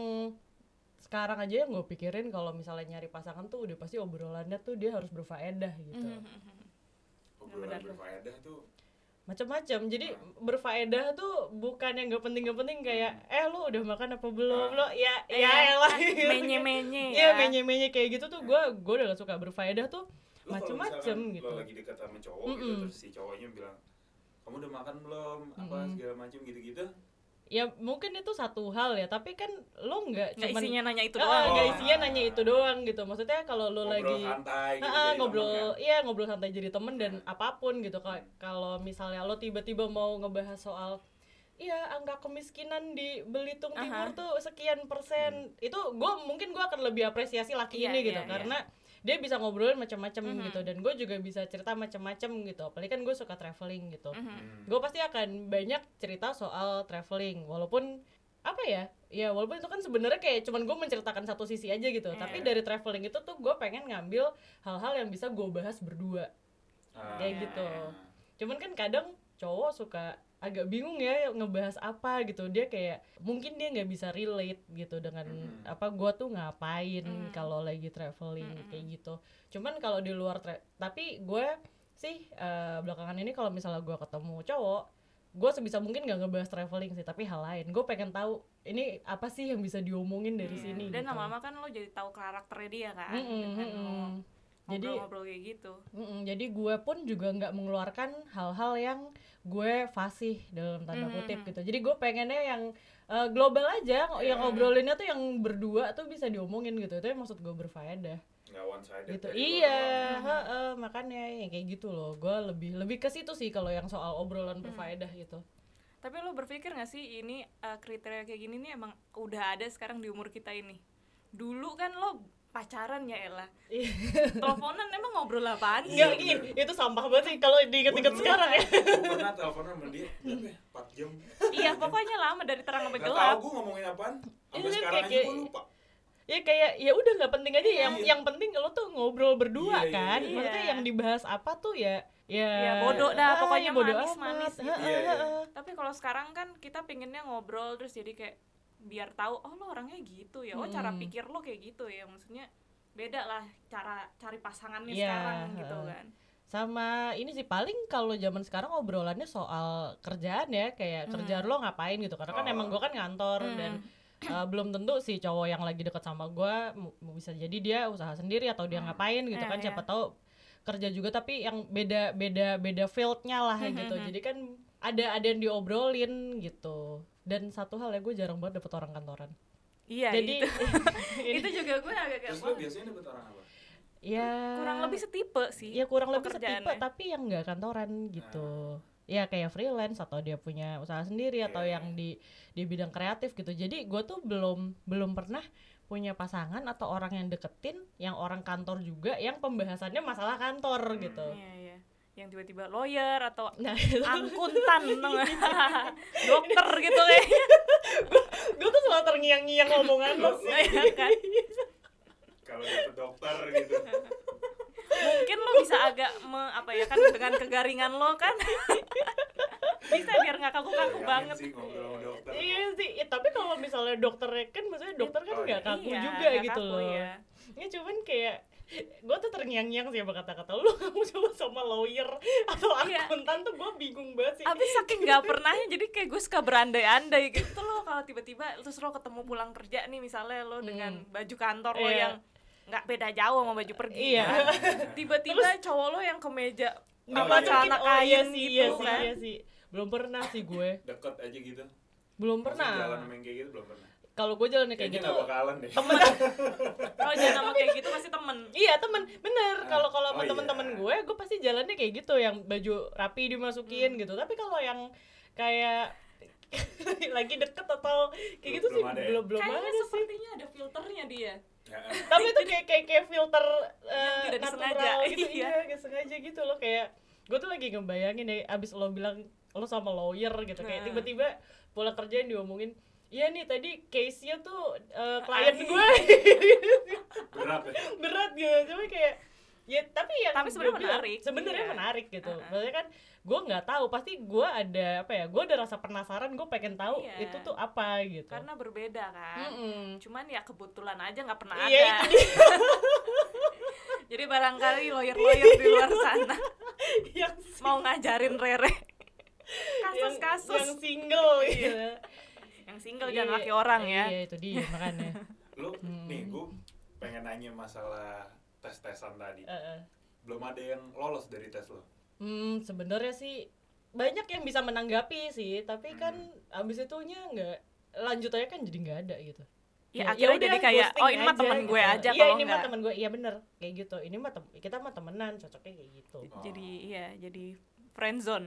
Speaker 3: sekarang aja yang gue pikirin kalau misalnya nyari pasangan tuh udah pasti obrolannya tuh dia harus berfaedah gitu.
Speaker 1: Mhm.
Speaker 2: Obrolan
Speaker 1: Benar.
Speaker 2: berfaedah tuh
Speaker 3: Macam-macam. Jadi berfaedah tuh bukan yang gak penting-gak penting kayak eh lu udah makan apa belum,
Speaker 2: Ah.
Speaker 3: lo ya
Speaker 1: Eh,
Speaker 3: ya elah
Speaker 1: menye-menye
Speaker 3: Iya
Speaker 1: ya.
Speaker 3: menye-menye kayak gitu tuh gue gue udah gak suka. Berfaedah tuh
Speaker 2: Lo kalau
Speaker 3: macem-macem
Speaker 2: misalkan
Speaker 3: gitu.
Speaker 2: lo lagi dekat sama cowok gitu,
Speaker 3: Mm-mm.
Speaker 2: terus si cowoknya bilang kamu udah makan belum, apa
Speaker 3: Mm-mm.
Speaker 2: segala macam gitu-gitu.
Speaker 3: Ya mungkin itu satu hal ya, tapi kan lo nggak
Speaker 1: Nggak
Speaker 3: cuman
Speaker 1: isinya nanya itu
Speaker 3: Ah,
Speaker 1: doang.
Speaker 3: nggak
Speaker 2: Oh.
Speaker 3: isinya nanya itu doang gitu. Maksudnya kalau lo
Speaker 2: Ngobrol
Speaker 3: lagi
Speaker 2: santai gitu,
Speaker 3: Ah,
Speaker 2: jadi
Speaker 3: ngobrol,
Speaker 2: temen kan.
Speaker 3: iya ngobrol santai jadi temen dan apapun gitu. Ka- Kalau misalnya lo tiba-tiba mau ngebahas soal iya angka kemiskinan di Belitung
Speaker 1: Aha.
Speaker 3: Timur tuh sekian persen, itu gue mungkin gue akan lebih apresiasi laki
Speaker 1: Iya,
Speaker 3: ini
Speaker 1: iya,
Speaker 3: gitu
Speaker 1: iya.
Speaker 3: karena dia bisa ngobrolin macam-macam
Speaker 1: Mhm.
Speaker 3: gitu, dan gue juga bisa cerita macam-macam gitu. Apalagi kan gue suka traveling gitu.
Speaker 1: Mhm.
Speaker 2: Hmm.
Speaker 3: Gue pasti akan banyak cerita soal traveling, walaupun apa ya ya walaupun itu kan sebenarnya kayak cuman gue menceritakan satu sisi aja gitu.
Speaker 1: Iya.
Speaker 3: Tapi dari traveling itu tuh gue pengen ngambil hal-hal yang bisa gue bahas berdua
Speaker 2: Ah,
Speaker 3: kayak gitu. Cuman kan kadang cowok suka agak bingung ya ngebahas apa gitu, dia kayak mungkin dia nggak bisa relate gitu dengan
Speaker 2: Mhm.
Speaker 3: apa gue tuh ngapain
Speaker 1: Mhm.
Speaker 3: kalau lagi traveling
Speaker 1: Mhm.
Speaker 3: kayak gitu. Cuman kalau di luar tra- tapi gue sih eh, belakangan ini kalau misalnya gue ketemu cowok, gue sebisa mungkin nggak ngebahas traveling sih, tapi hal lain. Gue pengen tahu ini apa sih yang bisa diomongin dari
Speaker 1: Iya.
Speaker 3: sini
Speaker 1: Dan
Speaker 3: gitu.
Speaker 1: lama-lama kan lo jadi tahu karakternya dia kan.
Speaker 3: Mm-mm,
Speaker 1: Dengan lo
Speaker 3: mm-mm. Jadi
Speaker 1: ngobrol-ngobrol kayak gitu.
Speaker 3: Mm-mm, jadi gue pun juga nggak mengeluarkan hal-hal yang gue fasih dalam tanda
Speaker 1: Mhm,
Speaker 3: kutip
Speaker 1: mhm.
Speaker 3: gitu. Jadi gue pengennya yang uh, global aja, yang
Speaker 1: Mhm.
Speaker 3: ngobrolinnya tuh yang berdua tuh bisa diomongin gitu. Itu yang maksud gue berfaedah
Speaker 2: nggak one sided
Speaker 3: gitu.
Speaker 2: dari luar
Speaker 3: Iya,
Speaker 2: doang.
Speaker 3: heeh, makanya yang kayak gitu loh. Gue lebih lebih ke situ sih kalau yang soal obrolan berfaedah gitu.
Speaker 1: Tapi lo berpikir gak sih ini uh, kriteria kayak gini nih emang udah ada sekarang di umur kita ini? Dulu kan lo pacaran ya Ella, teleponan emang ngobrol apaan sih?
Speaker 3: Enggak,
Speaker 2: Iya,
Speaker 3: ih, itu sampah banget sih kalau diinget-inget
Speaker 2: Gua dulu-
Speaker 3: sekarang ya.
Speaker 2: Gua pernah telepon sama dia berapa ya? empat jam.
Speaker 1: Iya pokoknya lama dari terang sampai
Speaker 2: Nggak tahu
Speaker 1: gelap.
Speaker 2: gue ngomongin apaan. Sampai
Speaker 3: Iya,
Speaker 2: sekarang
Speaker 3: kayak-
Speaker 2: aja gue lupa.
Speaker 3: Ya kayak ya udah nggak penting aja, yang
Speaker 2: Iya.
Speaker 3: yang penting lo tuh ngobrol berdua
Speaker 2: Iya, iya,
Speaker 3: kan.
Speaker 1: iya.
Speaker 3: Maksudnya yang dibahas apa tuh ya ya,
Speaker 1: Ya, bodoh dah,
Speaker 3: ah,
Speaker 1: pokoknya
Speaker 3: ya bodoh
Speaker 1: manis-manis
Speaker 3: amat.
Speaker 1: gitu.
Speaker 3: Heeh,
Speaker 2: Iya, iya.
Speaker 3: heeh.
Speaker 1: Tapi kalau sekarang kan kita pinginnya ngobrol terus jadi kayak biar tahu oh lo orangnya gitu ya, oh cara
Speaker 3: Mm-mm.
Speaker 1: pikir lo kayak gitu ya, maksudnya beda lah cara cari pasangannya
Speaker 3: Iya,
Speaker 1: sekarang gitu
Speaker 3: heeh.
Speaker 1: kan.
Speaker 3: Sama ini sih paling kalau zaman sekarang obrolannya soal kerjaan ya, kayak
Speaker 1: Hmm.
Speaker 3: kerjaan lo ngapain gitu, karena kan
Speaker 2: Oh.
Speaker 3: emang gue kan ngantor
Speaker 1: Hmm.
Speaker 3: dan uh, belum tentu si cowok yang lagi deket sama gue mu- bisa jadi dia usaha sendiri atau dia
Speaker 1: Hmm.
Speaker 3: ngapain gitu
Speaker 1: Iya,
Speaker 3: kan,
Speaker 1: iya.
Speaker 3: siapa tahu kerja juga tapi yang beda beda beda fieldnya lah
Speaker 1: Hmm,
Speaker 3: gitu.
Speaker 1: hmm, hmm.
Speaker 3: Jadi kan ada ada yang diobrolin gitu. Dan satu hal ya, gue jarang banget dapet orang kantoran.
Speaker 1: Iya,
Speaker 3: Jadi
Speaker 1: itu. Itu juga gue agak-agak
Speaker 2: Terus lo biasanya dapet orang apa?
Speaker 3: ya
Speaker 1: kurang lebih setipe sih.
Speaker 3: ya kurang lebih setipe
Speaker 1: pekerjaannya.
Speaker 3: tapi yang nggak kantoran gitu. Ya kayak freelance atau dia punya usaha sendiri atau
Speaker 2: Iya.
Speaker 3: yang di di bidang kreatif gitu. Jadi gue tuh belum belum pernah punya pasangan atau orang yang deketin yang orang kantor juga yang pembahasannya masalah kantor
Speaker 2: Hmm.
Speaker 3: gitu.
Speaker 1: Iya, iya. Yang tiba-tiba lawyer atau
Speaker 3: Nah, itu
Speaker 1: angkutan, tau nggak? Dokter gitu kayaknya.
Speaker 3: gue tuh selalu terngiang-ngiang ngomongan lo sih.
Speaker 1: Iya kan?
Speaker 2: Kalau dapet dokter gitu.
Speaker 1: Mungkin lo bisa agak me, apa ya kan dengan kegaringan lo kan. Bisa biar nggak kaku-kaku
Speaker 2: Bayangin
Speaker 1: banget.
Speaker 2: sih ngobrol sama dokter.
Speaker 3: Iya sih, ya, tapi kalau misalnya dokternya kan maksudnya dokter kan
Speaker 2: Oh,
Speaker 3: nggak
Speaker 2: iya.
Speaker 3: kaku
Speaker 1: Iya,
Speaker 3: juga
Speaker 1: nggak
Speaker 3: gitu
Speaker 1: kaku,
Speaker 3: loh.
Speaker 1: ya.
Speaker 3: Ya cuman kayak gue tuh terngiang-ngiang sih sama kata-kata lu kamu coba sama lawyer atau
Speaker 1: Iya.
Speaker 3: akuntan tuh gue bingung banget sih.
Speaker 1: Abis saking nggak pernahnya jadi kayak gue suka berandai-andai gitu loh kalau tiba-tiba terus lo ketemu pulang kerja nih misalnya lo dengan baju kantor lo
Speaker 3: Iya.
Speaker 1: yang nggak beda jauh sama baju pergi
Speaker 3: Iya.
Speaker 1: kan. Tiba-tiba cowok lo yang kemeja
Speaker 3: Nggak
Speaker 1: apa
Speaker 3: masukin,
Speaker 1: celana
Speaker 3: oh
Speaker 1: kain
Speaker 3: iya sih,
Speaker 1: gitu
Speaker 3: iya sih,
Speaker 1: kan.
Speaker 3: iya sih. Belum pernah sih gue.
Speaker 2: Deket aja gitu.
Speaker 3: Belum
Speaker 2: Maksudnya
Speaker 3: pernah.
Speaker 2: jalan sama yang kayak gitu belum pernah.
Speaker 3: Kalau gue jalannya kayak
Speaker 2: Kayaknya
Speaker 3: gitu
Speaker 2: gak bakalan deh.
Speaker 3: temen.
Speaker 1: Kalau jangan sama kayak gitu pasti temen.
Speaker 3: Iya temen, bener.
Speaker 2: Ah,
Speaker 3: Kalau kalau sama
Speaker 2: oh
Speaker 3: temen-temen
Speaker 2: iya.
Speaker 3: gue, gue pasti jalannya kayak gitu, yang baju rapi dimasukin
Speaker 1: Hmm.
Speaker 3: gitu. Tapi kalau yang kayak lagi deket atau kayak gitu
Speaker 2: Belum
Speaker 3: sih
Speaker 2: ada ya?
Speaker 3: belum belum
Speaker 1: Kayaknya
Speaker 3: ada sih.
Speaker 1: sepertinya ada filternya dia.
Speaker 2: Ya,
Speaker 3: Tapi itu kayak kayak kayak filter eh,
Speaker 1: tidak
Speaker 3: natural
Speaker 1: disengaja,
Speaker 3: gitu,
Speaker 1: iya.
Speaker 3: iya, kayak sengaja gitu loh. Kayak gue tuh lagi ngebayangin deh, abis lo bilang lo sama lawyer gitu, kayak
Speaker 1: Nah.
Speaker 3: tiba-tiba pulang kerjaan diomongin, iya nih tadi case-nya tuh eh, klien
Speaker 1: Ah,
Speaker 3: gue
Speaker 2: berat ya.
Speaker 3: berat gitu, cuma kayak ya tapi yang
Speaker 1: Tapi sebenarnya
Speaker 3: gue bilang,
Speaker 1: menarik,
Speaker 3: sebenarnya
Speaker 1: iya.
Speaker 3: menarik gitu.
Speaker 1: Uh-uh.
Speaker 3: Maksudnya kan gue nggak tahu, pasti gue ada apa ya, gue ada rasa penasaran, gue pengen tahu
Speaker 1: Iya.
Speaker 3: itu tuh apa gitu.
Speaker 1: Karena berbeda kan.
Speaker 3: Mm-mm.
Speaker 1: Cuman ya kebetulan aja nggak pernah
Speaker 3: Iya,
Speaker 1: ada.
Speaker 3: itu dia.
Speaker 1: Jadi barangkali lawyer-lawyer di luar sana
Speaker 3: yang
Speaker 1: mau ngajarin Rere
Speaker 3: yang,
Speaker 1: kasus-kasus
Speaker 3: yang single gitu.
Speaker 1: yang single
Speaker 3: Iya,
Speaker 1: jangan laki orang ya.
Speaker 3: Iya itu dia makanya.
Speaker 2: Lu
Speaker 3: Hmm.
Speaker 2: nih gue pengen nanya masalah tes-tesan tadi.
Speaker 3: Uh-uh.
Speaker 2: Belum ada yang lolos dari tes lo.
Speaker 3: Hmm sebenarnya sih banyak yang bisa menanggapi sih, tapi kan
Speaker 2: Hmm.
Speaker 3: abis itunya nggak lanjut aja kan jadi nggak ada gitu.
Speaker 1: Ya, akhirnya
Speaker 3: udah,
Speaker 1: jadi kayak,
Speaker 3: ghosting
Speaker 1: oh, ini mah
Speaker 3: aja
Speaker 1: temen gue
Speaker 3: gitu.
Speaker 1: aja
Speaker 3: Iya
Speaker 1: kalau
Speaker 3: ini mah
Speaker 1: nggak.
Speaker 3: temen gue, iya bener kayak gitu. Ini mah tem- kita mah temenan, cocoknya kayak gitu.
Speaker 2: Oh.
Speaker 1: Jadi iya, jadi friendzone.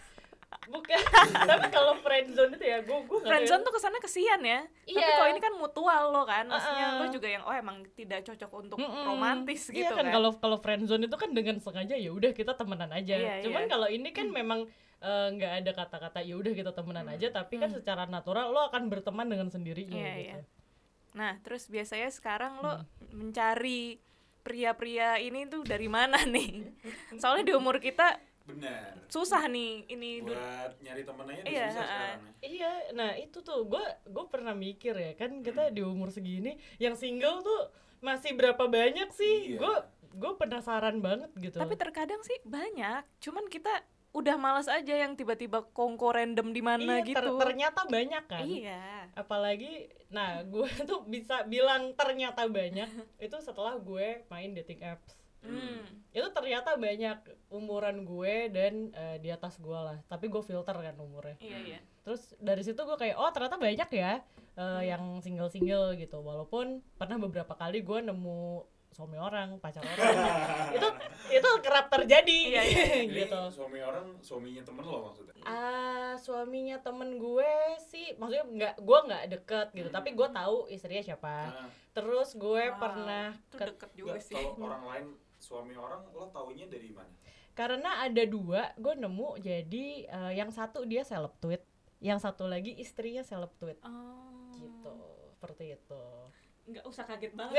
Speaker 3: Bukan. Tapi kalau friendzone itu ya gue gue nggak
Speaker 1: Friendzone
Speaker 3: tahu
Speaker 1: tuh kesannya kesian ya. Tapi
Speaker 3: Iya.
Speaker 1: kalau ini kan mutual lo kan, maksudnya
Speaker 3: Uh-uh.
Speaker 1: lo juga yang oh emang tidak cocok untuk
Speaker 3: Mm-mm.
Speaker 1: romantis
Speaker 3: Iya
Speaker 1: gitu
Speaker 3: kan.
Speaker 1: kan.
Speaker 3: Kalau kalau friendzone itu kan dengan sengaja ya udah kita temenan aja.
Speaker 1: Iya,
Speaker 3: Cuman
Speaker 1: iya.
Speaker 3: kalau ini kan memang eh, nggak ada kata-kata ya udah kita temenan
Speaker 2: Hmm.
Speaker 3: aja, tapi kan
Speaker 1: Hmm.
Speaker 3: secara natural lo akan berteman dengan sendirinya
Speaker 1: Iya,
Speaker 3: gitu.
Speaker 1: iya. Nah, terus biasanya sekarang lo
Speaker 3: Hmm.
Speaker 1: mencari pria-pria ini tuh dari mana nih? Soalnya di umur kita
Speaker 2: Benar.
Speaker 1: susah nih ini du-
Speaker 2: Buat nyari temen aja udah
Speaker 1: Iya,
Speaker 2: susah
Speaker 1: ha-ha.
Speaker 2: sekarang ya.
Speaker 3: Iya, nah itu tuh gue gue pernah mikir ya kan kita di umur segini yang single tuh masih berapa banyak sih?
Speaker 2: Iya.
Speaker 3: Gue gue penasaran banget gitu.
Speaker 1: Tapi terkadang sih banyak, cuman kita udah malas aja yang tiba-tiba kongko random di mana
Speaker 3: iya, ter-
Speaker 1: gitu.
Speaker 3: ternyata banyak kan.
Speaker 1: Iya.
Speaker 3: Apalagi, nah gue tuh bisa bilang ternyata banyak itu setelah gue main dating apps.
Speaker 1: Hmm.
Speaker 3: Itu ternyata banyak umuran gue dan eh, di atas gue lah. Tapi gue filter kan umurnya.
Speaker 1: Iya, iya.
Speaker 3: Terus dari situ gue kayak oh ternyata banyak ya eh, yang single-single gitu. Walaupun pernah beberapa kali gue nemu suami orang, pacar orang. itu itu kerap terjadi
Speaker 1: Iya, iya.
Speaker 2: Ini
Speaker 3: gitu.
Speaker 2: suami orang, suaminya temen lo maksudnya.
Speaker 3: Ah suaminya temen gue sih maksudnya nggak gue nggak deket gitu, tapi gue tahu istrinya siapa.
Speaker 2: Nah,
Speaker 3: Terus gue
Speaker 1: Wow,
Speaker 3: pernah
Speaker 1: itu
Speaker 3: ke-
Speaker 1: deket juga
Speaker 2: enggak,
Speaker 1: sih.
Speaker 2: kalau orang lain suami orang lo taunya dari mana?
Speaker 3: karena ada dua gue nemu, jadi eh, yang satu dia seleb tweet, yang satu lagi istrinya seleb tweet
Speaker 1: Oh.
Speaker 3: gitu, seperti itu.
Speaker 1: Nggak usah kaget banget.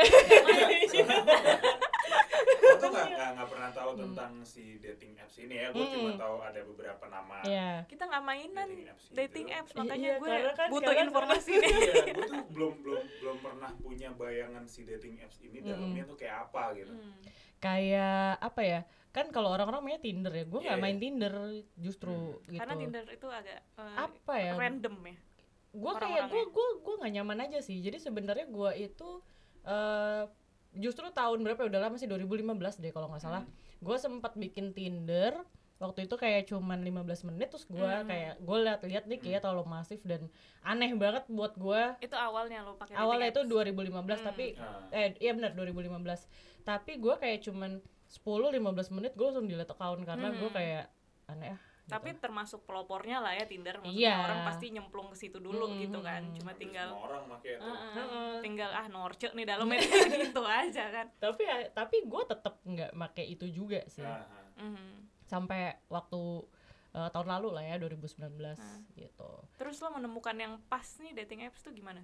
Speaker 2: Gue tuh nggak nggak nggak pernah tahu
Speaker 3: Hmm.
Speaker 2: tentang si dating apps ini ya. Gue cuma
Speaker 3: Hmm.
Speaker 2: tahu ada beberapa nama
Speaker 3: Iya.
Speaker 1: Kita nggak mainan
Speaker 2: dating apps.
Speaker 1: dating
Speaker 2: gitu.
Speaker 1: apps, makanya
Speaker 3: Iya,
Speaker 1: gue
Speaker 3: karena kan
Speaker 1: butuh
Speaker 3: sekarang-
Speaker 1: informasi nih.
Speaker 2: Iya, gue tuh belum belum belum pernah punya bayangan si dating apps ini dalamnya tuh kayak apa gitu.
Speaker 1: Hmm.
Speaker 3: Kayak apa ya? Kan kalau orang-orang mainnya Tinder ya, gue nggak
Speaker 2: Iya,
Speaker 3: main
Speaker 2: iya.
Speaker 3: Tinder justru
Speaker 2: Hmm.
Speaker 3: gitu.
Speaker 1: Karena Tinder itu agak eh,
Speaker 3: Apa ya?
Speaker 1: random ya.
Speaker 3: Gue kayak gue
Speaker 1: orang-orangnya.
Speaker 3: gue gue nggak nyaman aja sih. Jadi sebenarnya gue itu eh justru tahun berapa ya, udah lama sih, dua ribu lima belas deh kalau nggak salah.
Speaker 2: Hmm.
Speaker 3: Gue sempat bikin Tinder waktu itu kayak cuman lima belas menit terus gue
Speaker 1: Hmm.
Speaker 3: kayak gue liat-liat nih kayak terlalu masif dan aneh banget buat gue.
Speaker 1: Itu awalnya lo pakai
Speaker 3: Awalnya itu
Speaker 1: dating apps.
Speaker 3: dua ribu lima belas
Speaker 1: Hmm.
Speaker 3: tapi
Speaker 2: Ah.
Speaker 3: eh iya benar dua ribu lima belas tapi gue kayak cuman sepuluh sampai lima belas menit gue langsung delete account karena
Speaker 1: Hmm.
Speaker 3: gue kayak aneh ah gitu.
Speaker 1: Tapi termasuk pelopornya lah ya Tinder, maksudnya
Speaker 3: Iya.
Speaker 1: orang pasti nyemplung ke situ dulu
Speaker 3: Hmm.
Speaker 1: gitu kan, cuma
Speaker 2: Hampir
Speaker 1: tinggal
Speaker 2: semua orang pakai itu.
Speaker 1: Heeh,
Speaker 3: Heeh.
Speaker 1: tinggal ah norce nih dalamnya gitu aja kan.
Speaker 3: tapi tapi gue tetap nggak make itu juga sih
Speaker 2: Ah, ah.
Speaker 1: Mhm.
Speaker 3: sampai waktu uh, tahun lalu lah ya dua ribu sembilan belas
Speaker 1: Ah.
Speaker 3: gitu.
Speaker 1: Terus lo menemukan yang pas nih dating apps tuh gimana?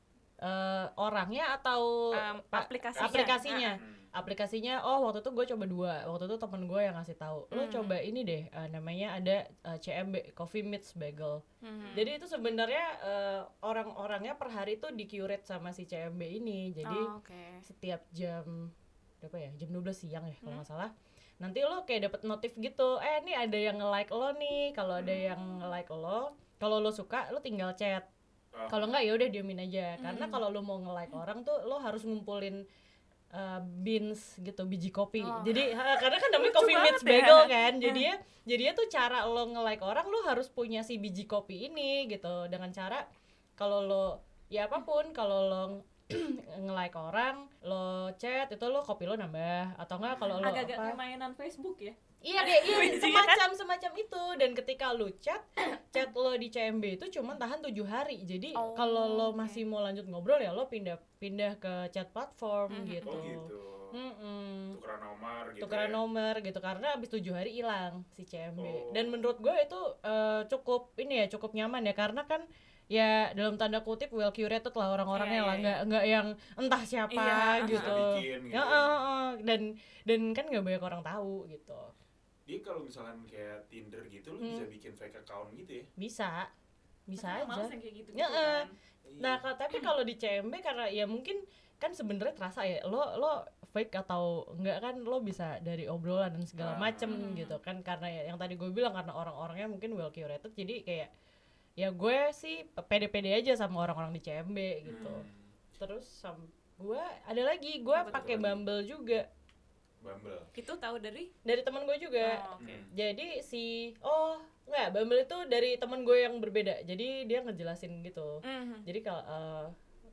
Speaker 3: Uh, orangnya atau
Speaker 1: Um,
Speaker 3: pa-
Speaker 1: aplikasinya.
Speaker 3: aplikasinya
Speaker 2: Hmm.
Speaker 3: aplikasinya oh waktu itu gue coba dua waktu itu temen gue yang ngasih tahu lo
Speaker 1: Hmm.
Speaker 3: coba ini deh uh, namanya ada uh, C M B Coffee Meets Bagel.
Speaker 1: Mhm.
Speaker 3: Jadi itu sebenarnya uh, orang-orangnya per hari tuh di-curate sama si C M B ini. Jadi
Speaker 1: Oh, oke.
Speaker 3: setiap jam berapa ya? Jam dua belas siang ya kalau
Speaker 1: Hmm.
Speaker 3: nggak salah. Nanti lo kayak dapet notif gitu. Eh nih ada yang nge-like lo nih. Kalau ada
Speaker 1: Hmm.
Speaker 3: yang nge-like lo, kalau lo suka lo tinggal chat.
Speaker 2: Ah.
Speaker 3: Kalau nggak ya udah diemin aja. Karena
Speaker 1: Hmm.
Speaker 3: kalau lo mau nge-like orang tuh lo harus ngumpulin uh, beans gitu, biji kopi.
Speaker 1: Oh.
Speaker 3: Jadi ha, karena kan namanya
Speaker 1: Lucu
Speaker 3: Coffee
Speaker 1: banget
Speaker 3: Meets
Speaker 1: ya.
Speaker 3: Bagel kan. Jadinya jadinya tuh cara lo nge-like orang lo harus punya si biji kopi ini gitu. Dengan cara kalau lo ya apapun kalau lo nge-like orang, lo chat itu lo kopi lo nambah atau enggak kalau lo
Speaker 1: Agak-agak
Speaker 3: apa?
Speaker 1: kayak mainan Facebook ya.
Speaker 3: Iya kayak iya
Speaker 1: Iya kan?
Speaker 3: semacam semacam itu dan ketika lo chat chat lo di C M B itu cuma tahan tujuh hari. Jadi
Speaker 1: Oh,
Speaker 3: kalau lo
Speaker 1: oke.
Speaker 3: masih mau lanjut ngobrol ya lo pindah pindah ke chat platform
Speaker 1: Mhm.
Speaker 3: gitu.
Speaker 2: Oh gitu.
Speaker 3: Mm-mm.
Speaker 2: Tukeran nomor gitu.
Speaker 3: Tukeran
Speaker 2: ya.
Speaker 3: nomor gitu karena abis tujuh hari hilang si C M B.
Speaker 2: Oh.
Speaker 3: Dan menurut gue itu eh, cukup ini ya cukup nyaman ya karena kan ya dalam tanda kutip well curated lah orang-orangnya
Speaker 1: Iya,
Speaker 3: lah
Speaker 1: iya,
Speaker 3: nggak nggak yang entah siapa
Speaker 1: Iya,
Speaker 3: gitu.
Speaker 2: bikin gitu.
Speaker 3: Ya, eh, eh, dan dan kan nggak banyak orang tahu gitu.
Speaker 2: Dia kalau misalkan kayak Tinder gitu lo
Speaker 3: Hmm.
Speaker 2: bisa bikin fake account gitu ya.
Speaker 3: Bisa bisa
Speaker 1: Tapi
Speaker 3: aja.
Speaker 1: males yang kayak gitu,
Speaker 3: Ya, eh.
Speaker 1: kan.
Speaker 3: Nah ka- tapi kalau di C M B karena ya mungkin kan sebenarnya terasa ya lo lo fake atau enggak kan lo bisa dari obrolan dan segala
Speaker 2: Ah.
Speaker 3: macem
Speaker 1: Hmm.
Speaker 3: gitu kan karena ya, yang tadi gue bilang karena orang-orangnya mungkin well curated jadi kayak ya gue sih pede-pede aja sama orang-orang di C M B gitu.
Speaker 2: Hmm.
Speaker 3: Terus sam gue ada lagi gue
Speaker 1: Apa tuh?
Speaker 3: pakai Bumble juga
Speaker 2: Bumble.
Speaker 1: Itu tahu dari
Speaker 3: dari teman gue juga.
Speaker 1: Oh, oke.
Speaker 2: Hmm.
Speaker 3: Jadi si oh enggak Bumble itu dari teman gue yang berbeda jadi dia ngejelasin gitu.
Speaker 1: Mhm.
Speaker 3: Jadi kalau eh,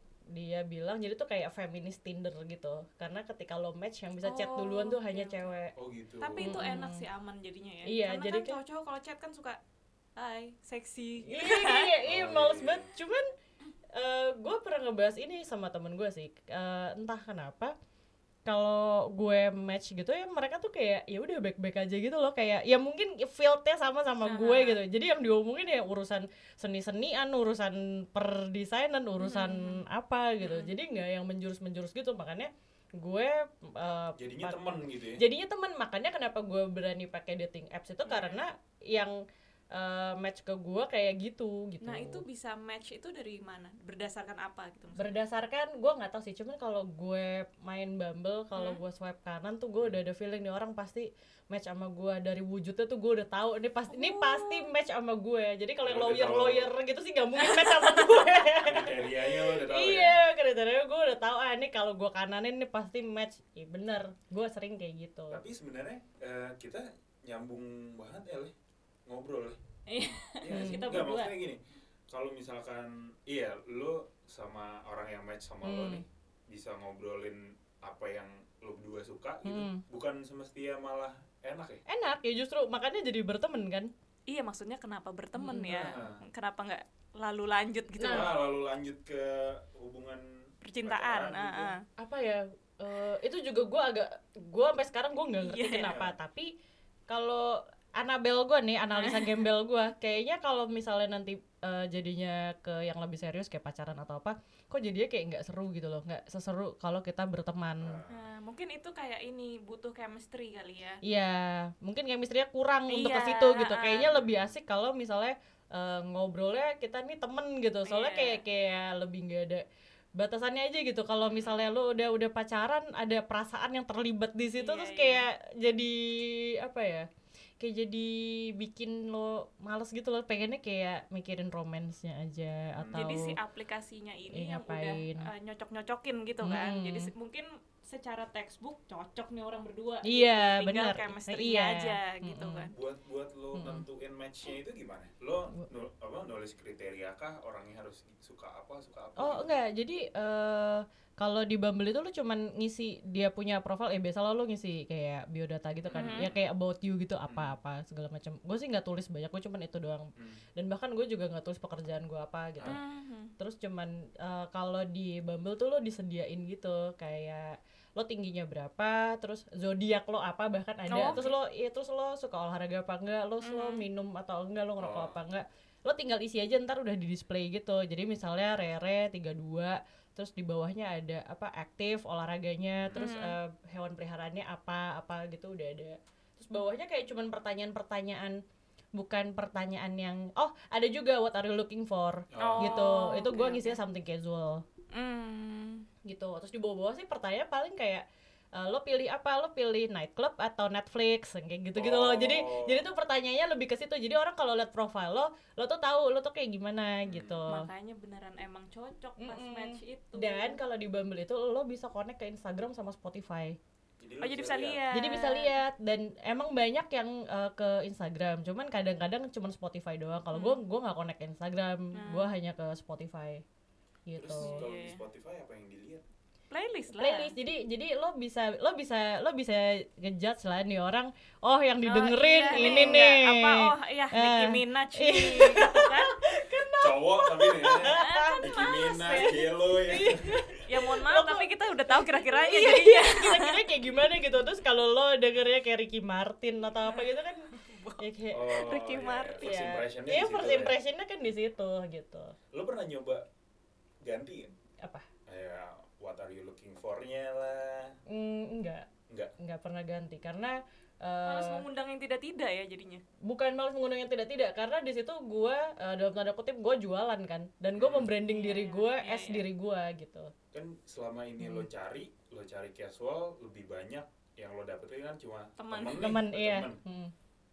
Speaker 3: dia bilang jadi tuh kayak feminist Tinder gitu karena ketika lo match yang bisa chat
Speaker 1: Oh,
Speaker 3: duluan tuh
Speaker 1: oke,
Speaker 3: hanya
Speaker 1: oke.
Speaker 3: cewek.
Speaker 2: Oh gitu.
Speaker 1: Tapi itu
Speaker 3: Mm-mm.
Speaker 1: enak sih, aman jadinya ya.
Speaker 3: Iya,
Speaker 1: Karena
Speaker 3: jadi
Speaker 1: kan
Speaker 3: kan-
Speaker 1: cowok-cowok kalau chat kan suka hai, seksi.
Speaker 3: Iya iya iya
Speaker 2: Oh,
Speaker 3: males
Speaker 2: iya.
Speaker 3: banget cuman gue pernah ngebahas ini sama temen gue sih. Eh, entah kenapa kalau gue match gitu ya mereka tuh kayak ya udah baik-baik aja gitu loh kayak ya mungkin fieldnya sama sama gue
Speaker 1: Aha.
Speaker 3: gitu jadi yang diomongin ya urusan seni-senian urusan perdesainan urusan apa gitu
Speaker 1: Mhm.
Speaker 3: jadi nggak yang menjurus-menjurus gitu makanya gue eh,
Speaker 2: Jadinya
Speaker 3: pak-
Speaker 2: temen gitu ya.
Speaker 3: jadinya teman makanya kenapa gue berani pakai dating apps itu
Speaker 1: Iya.
Speaker 3: karena yang eh, match ke gue kayak gitu gitu
Speaker 1: Nah, itu bisa match itu dari mana? Berdasarkan apa gitu maksudnya?
Speaker 3: berdasarkan gue nggak tahu sih cuman kalau gue main Bumble kalau
Speaker 1: Hmm.
Speaker 3: gue swipe kanan tuh gue udah ada feeling nih orang pasti match sama gue dari wujudnya tuh gue udah tahu ini pasti ini
Speaker 1: Oh.
Speaker 3: pasti match sama gue jadi kalau yang
Speaker 2: Udah
Speaker 3: lawyer
Speaker 2: tahu.
Speaker 3: lawyer gitu sih nggak mungkin match sama gue
Speaker 2: Kriterianya lo udah tahu ya.
Speaker 3: iya kriterianya gue udah tahu ah ini kalau gue kananin nih pasti match iya bener gue sering kayak gitu
Speaker 2: Tapi sebenarnya eh, kita nyambung banget ya, Le. Ngobrol, Le.
Speaker 1: Iya.
Speaker 2: Iya nggak sih?
Speaker 1: Kita
Speaker 2: Nggak,
Speaker 1: berdua.
Speaker 2: maksudnya gini. Kalau misalkan iya, lo sama orang yang match sama lo
Speaker 3: Hmm.
Speaker 2: nih bisa ngobrolin apa yang lo berdua suka gitu.
Speaker 3: Hmm.
Speaker 2: Bukan semestinya malah enak ya.
Speaker 3: enak ya justru makanya jadi berteman kan
Speaker 1: Iya, maksudnya kenapa berteman
Speaker 3: Hmm.
Speaker 1: ya?
Speaker 2: Nah.
Speaker 1: Kenapa nggak lalu lanjut gitu
Speaker 3: Nah.
Speaker 1: loh?
Speaker 2: Nah, lalu lanjut ke hubungan
Speaker 1: Percintaan.
Speaker 2: pacaran gitu.
Speaker 1: ah, ah.
Speaker 3: apa ya eh, itu juga gue agak gue sampai sekarang gue nggak ngerti
Speaker 1: Iya.
Speaker 3: kenapa tapi kalau Annabelle gue nih analisa gembel gue kayaknya kalau misalnya nanti eh, jadinya ke yang lebih serius kayak pacaran atau apa kok jadinya kayak nggak seru gitu loh nggak seseru kalau kita berteman
Speaker 2: Nah,
Speaker 1: Nah, mungkin itu kayak ini butuh chemistry kali ya.
Speaker 3: iya mungkin chemistry-nya kurang untuk ke
Speaker 1: Iya,
Speaker 3: situ gitu
Speaker 1: ah.
Speaker 3: kayaknya lebih asik kalau misalnya eh, ngobrolnya kita nih temen gitu soalnya
Speaker 1: Iya.
Speaker 3: kayak kayak lebih nggak ada batasannya aja gitu kalau misalnya lu udah udah pacaran ada perasaan yang terlibat di situ
Speaker 1: Iya,
Speaker 3: terus
Speaker 1: iya.
Speaker 3: kayak jadi apa ya kayak jadi bikin lo males gitu loh pengennya kayak mikirin romansnya aja
Speaker 2: Hmm.
Speaker 3: atau
Speaker 1: Jadi si aplikasinya ini
Speaker 3: Iya,
Speaker 1: yang
Speaker 3: ngapain.
Speaker 1: udah uh, nyocok-nyocokin gitu kan.
Speaker 3: Hmm.
Speaker 1: Jadi se- mungkin secara textbook cocok nih orang berdua.
Speaker 3: Iya,
Speaker 1: tinggal
Speaker 3: benar.
Speaker 1: chemistry-nya
Speaker 3: Iya.
Speaker 1: aja gitu
Speaker 3: Mm-mm.
Speaker 1: kan.
Speaker 2: Buat buat lo
Speaker 3: Mm-mm.
Speaker 2: nentuin match-nya itu gimana? Lo nul, apa nulis kriteria kah orangnya harus suka apa, suka apa?
Speaker 3: Oh
Speaker 2: gitu?
Speaker 3: enggak, jadi eh kalau di Bumble itu lu cuman ngisi dia punya profil, ya biasa lo lu ngisi kayak biodata gitu kan,
Speaker 1: Mhm.
Speaker 3: ya kayak about you gitu apa-apa segala macam. Gue sih nggak tulis banyak, gue cuman itu doang.
Speaker 2: Hmm.
Speaker 3: Dan bahkan gue juga nggak tulis pekerjaan gue apa gitu.
Speaker 1: Mhm.
Speaker 3: Terus cuman eh, kalau di Bumble tuh lo disediain gitu kayak lo tingginya berapa, terus zodiak lo apa bahkan ada,
Speaker 1: Oh,
Speaker 3: terus lo ya, terus lo suka olahraga apa enggak, lo lo
Speaker 1: Mhm.
Speaker 3: minum atau enggak, lo ngerokok
Speaker 2: Oh.
Speaker 3: apa enggak, lo tinggal isi aja ntar udah di display gitu. Jadi misalnya Rere tiga puluh dua, terus di bawahnya ada apa aktif olahraganya, terus
Speaker 1: Mhm.
Speaker 3: eh, hewan peliharaannya apa apa gitu udah ada. Terus bawahnya kayak cuman pertanyaan-pertanyaan, bukan pertanyaan yang oh ada juga what are you looking for
Speaker 1: Oh,
Speaker 3: gitu. Itu
Speaker 1: oke,
Speaker 3: gue
Speaker 1: oke.
Speaker 3: ngisinya something casual
Speaker 1: Hmm.
Speaker 3: gitu. Terus di bawah-bawah sih pertanyaan paling kayak eh, lo pilih apa, lo pilih nightclub atau Netflix kayak gitu-gitu loh. Jadi
Speaker 2: Oh.
Speaker 3: jadi tuh pertanyaannya lebih ke situ. Jadi orang kalau lihat profile lo, lo tuh tahu lo tuh kayak gimana
Speaker 2: Hmm.
Speaker 3: gitu.
Speaker 1: Makanya beneran emang cocok pas
Speaker 3: Mm-mm.
Speaker 1: match itu.
Speaker 3: Dan kalau di Bumble itu lo bisa connect ke Instagram sama Spotify.
Speaker 2: Jadi lo
Speaker 1: oh jadi bisa lihat.
Speaker 3: Jadi bisa lihat, dan emang banyak yang eh, ke Instagram. Cuman kadang-kadang cuman Spotify doang. Kalau gue gue nggak connect ke Instagram,
Speaker 1: Hmm.
Speaker 3: gue hanya ke Spotify gitu.
Speaker 2: Terus kalau
Speaker 1: Iya.
Speaker 2: di Spotify apa yang dilihat?
Speaker 1: Playlist lah.
Speaker 3: Playlist. Jadi jadi lo bisa lo bisa lo bisa ngejudge lah nih orang, oh yang
Speaker 1: Oh,
Speaker 3: didengerin
Speaker 1: iya
Speaker 3: ini
Speaker 1: nih,
Speaker 3: nih.
Speaker 1: nggak apa oh iya Nicki
Speaker 3: Eh.
Speaker 1: Minaj nih gitu kan.
Speaker 2: Cowok tapi nih
Speaker 1: Kan
Speaker 2: Nicki
Speaker 1: males
Speaker 2: Minaj,
Speaker 1: ya.
Speaker 2: J-Lo ya.
Speaker 1: Ya mohon maaf tapi kita udah tahu kira-kiranya
Speaker 3: Iya,
Speaker 1: jadinya.
Speaker 3: kira-kira kayak gimana gitu. Terus kalau lo dengernya kayak Ricky Martin atau apa gitu kan, ya kayak
Speaker 2: Oh,
Speaker 1: Ricky
Speaker 2: iya,
Speaker 1: Martin.
Speaker 2: first
Speaker 3: ya,
Speaker 2: impression-nya
Speaker 3: iya
Speaker 2: di situ
Speaker 3: first
Speaker 2: ya.
Speaker 3: impression-nya kan di situ gitu.
Speaker 2: Lo pernah nyoba ganti kan?
Speaker 3: Apa?
Speaker 2: Kayak what are you looking for-nya lah.
Speaker 3: Mm, enggak,
Speaker 2: Enggak.
Speaker 3: enggak pernah ganti karena
Speaker 1: Males
Speaker 3: eh
Speaker 1: mengundang yang tidak-tidak ya jadinya.
Speaker 3: bukan malas mengundang yang tidak-tidak, karena di situ gue uh, dalam tanda kutip gue jualan kan, dan gue membranding
Speaker 1: Iya,
Speaker 3: diri
Speaker 1: iya,
Speaker 3: gue
Speaker 1: iya,
Speaker 3: as
Speaker 1: iya.
Speaker 3: diri gue gitu.
Speaker 2: Kan selama ini
Speaker 3: Hmm.
Speaker 2: lo cari, lo cari casual lebih banyak yang lo dapetin kan cuma
Speaker 1: Teman.
Speaker 2: nih,
Speaker 3: Temen iya.
Speaker 2: berteman.
Speaker 3: Hmm.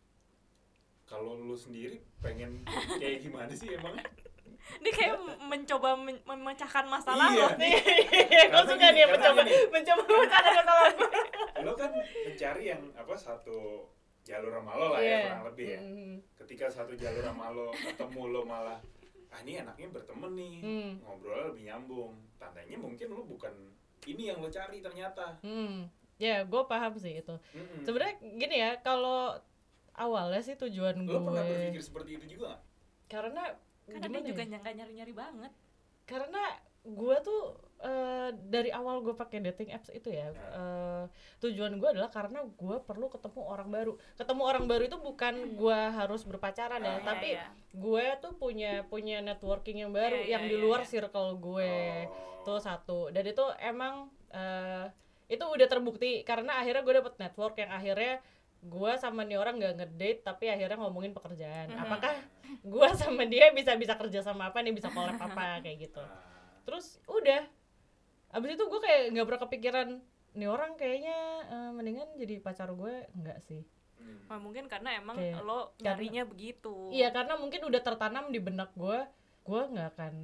Speaker 2: Kalau lo sendiri pengen kayak gimana sih emang?
Speaker 1: Dia kayak mencoba men- memecahkan masalah
Speaker 2: Iya.
Speaker 1: loh.
Speaker 3: Gue
Speaker 2: Karena
Speaker 3: suka
Speaker 2: gini,
Speaker 3: dia
Speaker 2: karena
Speaker 3: mencoba
Speaker 2: gini.
Speaker 3: mencoba mencari masalah gue.
Speaker 2: Lo kan mencari yang apa satu jalur sama lo lah
Speaker 3: Iya.
Speaker 2: ya kurang lebih ya.
Speaker 3: Hmm.
Speaker 2: Ketika satu jalur sama lo ketemu lo malah ah ini enaknya berteman nih,
Speaker 3: Hmm.
Speaker 2: ngobrolnya lebih nyambung. Tandanya mungkin lo bukan ini yang lo cari ternyata.
Speaker 3: Hmm. Ya, gue paham sih itu.
Speaker 2: Mm-mm.
Speaker 3: Sebenarnya gini ya, kalau awalnya sih tujuan
Speaker 2: Lo pernah
Speaker 3: gue
Speaker 2: berpikir seperti itu juga nggak?
Speaker 3: karena
Speaker 1: Karena
Speaker 3: gimana
Speaker 1: dia juga
Speaker 3: ya?
Speaker 1: nggak nyari-nyari banget.
Speaker 3: Karena gue tuh eh, dari awal gue pakai dating apps itu ya, eh, tujuan gue adalah karena gue perlu ketemu orang baru. Ketemu orang baru itu bukan gue harus berpacaran ya,
Speaker 2: Ah,
Speaker 3: tapi
Speaker 1: iya.
Speaker 3: gue tuh punya punya networking yang baru
Speaker 1: Iya,
Speaker 3: yang
Speaker 1: iya,
Speaker 3: di
Speaker 1: iya,
Speaker 3: luar
Speaker 1: iya.
Speaker 3: circle gue.
Speaker 2: Oh.
Speaker 3: Tuh satu. Dan itu emang eh, itu udah terbukti karena akhirnya gue dapet network yang akhirnya gue sama nih orang nggak ngedate tapi akhirnya ngomongin pekerjaan.
Speaker 1: Mhm.
Speaker 3: Apakah gue sama dia bisa bisa kerja sama apa nih, bisa collab apa kayak gitu.
Speaker 2: Ah.
Speaker 3: Terus udah, abis itu gue kayak nggak pernah kepikiran nih orang kayaknya eh, mendingan jadi pacar gue, enggak sih.
Speaker 2: Hmm.
Speaker 1: Nah, mungkin karena emang
Speaker 3: Kayak-
Speaker 1: lo nyarinya begitu.
Speaker 3: Iya, karena mungkin udah tertanam di benak gue, gue nggak akan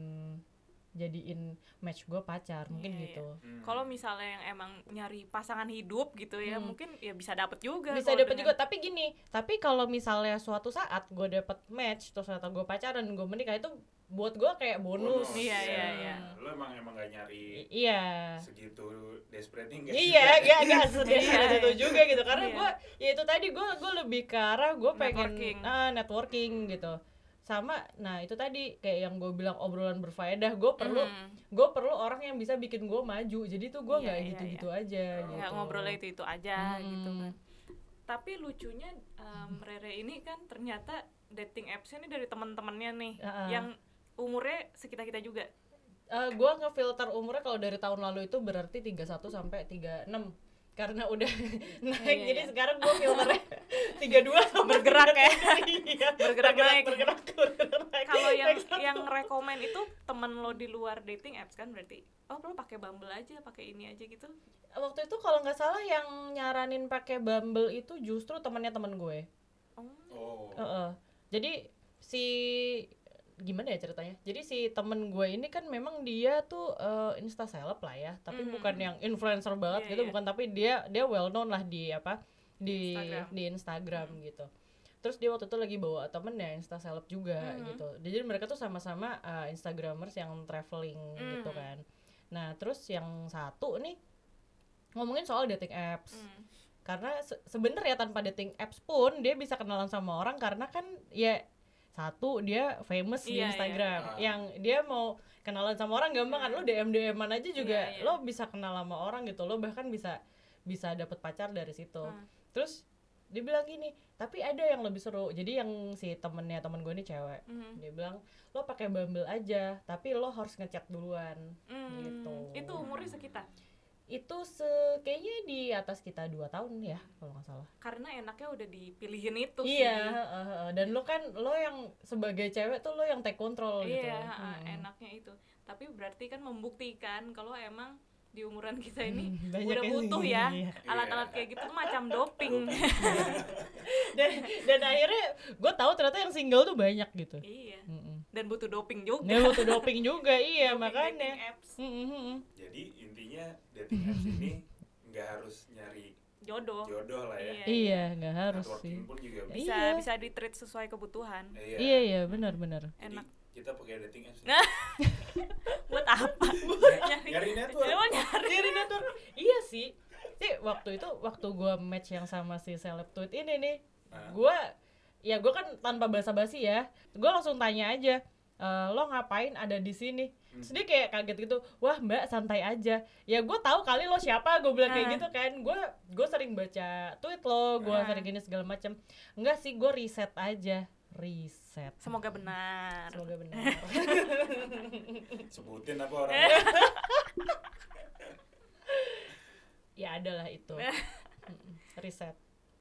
Speaker 3: jadiin match gue pacar, mungkin
Speaker 1: Iya,
Speaker 3: gitu.
Speaker 2: Hmm.
Speaker 1: Kalau misalnya yang emang nyari pasangan hidup gitu ya,
Speaker 3: Hmm.
Speaker 1: mungkin ya bisa dapet juga.
Speaker 3: Bisa
Speaker 1: kalau
Speaker 3: dapet
Speaker 1: dengan-
Speaker 3: juga, tapi gini, tapi kalau misalnya suatu saat gue dapet match terus ternyata gue pacaran dan gue menikah, itu buat gue kayak bonus.
Speaker 1: Iya, iya, iya.
Speaker 2: Lo emang emang gak nyari
Speaker 3: I- iya.
Speaker 2: segitu desperate enggak?
Speaker 3: Iya, gak gak sedih
Speaker 1: Iya.
Speaker 3: itu juga gitu. Karena
Speaker 1: Iya.
Speaker 3: gue, ya itu tadi gue gue lebih ke arah gue pengen
Speaker 1: Networking.
Speaker 3: ah, networking gitu. Sama, nah itu tadi kayak yang gue bilang obrolan berfaedah. Gue perlu
Speaker 1: Mhm.
Speaker 3: gue perlu orang yang bisa bikin gue maju. Jadi tuh gue
Speaker 1: Iya,
Speaker 3: nggak
Speaker 1: iya,
Speaker 3: gitu-gitu aja.
Speaker 2: Oh.
Speaker 3: Gitu.
Speaker 1: Ya ngobrolnya itu itu aja
Speaker 3: Hmm.
Speaker 1: gitu kan. Tapi lucunya em, Rere ini kan ternyata dating apps-nya nih dari teman-temannya nih
Speaker 3: Uh-uh.
Speaker 1: yang umurnya sekitar kita juga.
Speaker 3: Uh, gue ngefilter umurnya kalau dari tahun lalu itu berarti tiga puluh satu sampai tiga puluh enam karena udah naik.
Speaker 1: Iya,
Speaker 3: Jadi
Speaker 1: iya.
Speaker 3: sekarang gue filternya tiga puluh dua sampai
Speaker 1: Bergerak ya.
Speaker 3: iya,
Speaker 1: Bergerak naik.
Speaker 3: bergerak, bergerak naik.
Speaker 1: Kalau yang
Speaker 3: Naik satu.
Speaker 1: yang rekomen itu temen lo di luar dating apps kan berarti. Oh, lo pakai Bumble aja, pakai ini aja gitu.
Speaker 3: Waktu itu kalau nggak salah yang nyaranin pakai Bumble itu justru temannya teman gue.
Speaker 1: Oh.
Speaker 2: Oh.
Speaker 3: Heeh. Jadi si gimana ya ceritanya? Jadi si temen gue ini kan memang dia tuh uh, insta seleb lah ya, tapi
Speaker 1: Mm.
Speaker 3: bukan yang influencer banget
Speaker 1: Iya,
Speaker 3: gitu,
Speaker 1: iya.
Speaker 3: bukan, tapi dia dia well known lah di apa di
Speaker 1: Instagram.
Speaker 3: di Instagram gitu. Terus dia waktu itu lagi bawa temennya insta seleb juga
Speaker 1: Mm.
Speaker 3: gitu. Jadi mereka tuh sama-sama uh, instagramers yang traveling
Speaker 1: Mm.
Speaker 3: gitu kan. Nah terus yang satu nih ngomongin soal dating apps.
Speaker 1: Mm.
Speaker 3: Karena se- sebenarnya tanpa dating apps pun dia bisa kenalan sama orang, karena kan ya satu dia famous di
Speaker 1: Iya,
Speaker 3: Instagram,
Speaker 2: iya.
Speaker 3: yang dia mau kenalan sama orang gampang kan, lo D M D M-an aja juga
Speaker 1: Iya, iya.
Speaker 3: lo bisa kenal sama orang gitu, lo bahkan bisa bisa dapet pacar dari situ.
Speaker 1: Hmm.
Speaker 3: Terus dia bilang gini, tapi ada yang lebih seru. Jadi yang si temennya temen gue ini cewek,
Speaker 1: Mm.
Speaker 3: dia bilang lo pakai Bumble aja, tapi lo harus ngechat duluan.
Speaker 1: Mm.
Speaker 3: Gitu.
Speaker 1: Itu umurnya sekitar.
Speaker 3: Itu se kayaknya di atas kita dua tahun ya kalau nggak salah.
Speaker 1: Karena enaknya udah dipilihin itu sih.
Speaker 3: Iya, heeh, heeh. Dan lo kan lo yang sebagai cewek tuh lo yang take control gitu.
Speaker 1: Iya,
Speaker 3: Hmm.
Speaker 1: enaknya itu. Tapi berarti kan membuktikan kalau emang di umuran kita ini
Speaker 3: Hmm, banyak
Speaker 1: udah
Speaker 3: yang-
Speaker 1: butuh ya
Speaker 3: iya.
Speaker 1: alat-alat kayak gitu tuh macam doping.
Speaker 3: dan dan akhirnya gue tahu ternyata yang single tuh banyak gitu.
Speaker 1: Iya.
Speaker 3: Mm-mm.
Speaker 1: Dan butuh doping juga.
Speaker 3: Dia butuh doping juga, iya
Speaker 1: Doping
Speaker 3: makanya.
Speaker 1: dating apps.
Speaker 3: Mm-mm, mm-mm.
Speaker 2: Jadi intinya dating apps ini nggak harus nyari
Speaker 1: Jodoh.
Speaker 2: jodoh lah ya.
Speaker 1: Iya.
Speaker 3: Iya, nggak harus sih.
Speaker 2: Networking pun juga bisa.
Speaker 1: Bisa
Speaker 3: Iya.
Speaker 1: bisa di-treat sesuai kebutuhan.
Speaker 2: Iya.
Speaker 3: Iya iya benar-benar.
Speaker 2: Jadi
Speaker 1: Enak.
Speaker 2: kita pakai dating apps.
Speaker 1: Nah. Buat apa?
Speaker 2: Nyari, nyari network.
Speaker 1: Jadi mau nyari.
Speaker 3: Jadi network. Iya sih. Sih waktu itu waktu gue match yang sama si seleb tweet ini nih,
Speaker 2: Nah.
Speaker 3: gue ya gue kan tanpa basa-basi ya, gue langsung tanya aja, e, lo ngapain ada di sini?
Speaker 2: Hmm.
Speaker 3: Terus dia kayak kaget gitu, wah mbak santai aja. Ya gue tahu kali lo siapa, gue bilang kayak
Speaker 1: Ah.
Speaker 3: gitu kan. Gue gue sering baca tweet lo, gue
Speaker 1: Ah.
Speaker 3: sering gini segala macam. Enggak sih, gue riset aja, riset.
Speaker 1: Semoga benar.
Speaker 3: Semoga benar.
Speaker 2: Sebutin apa orang?
Speaker 3: Ya adalah itu. Mm-mm, riset.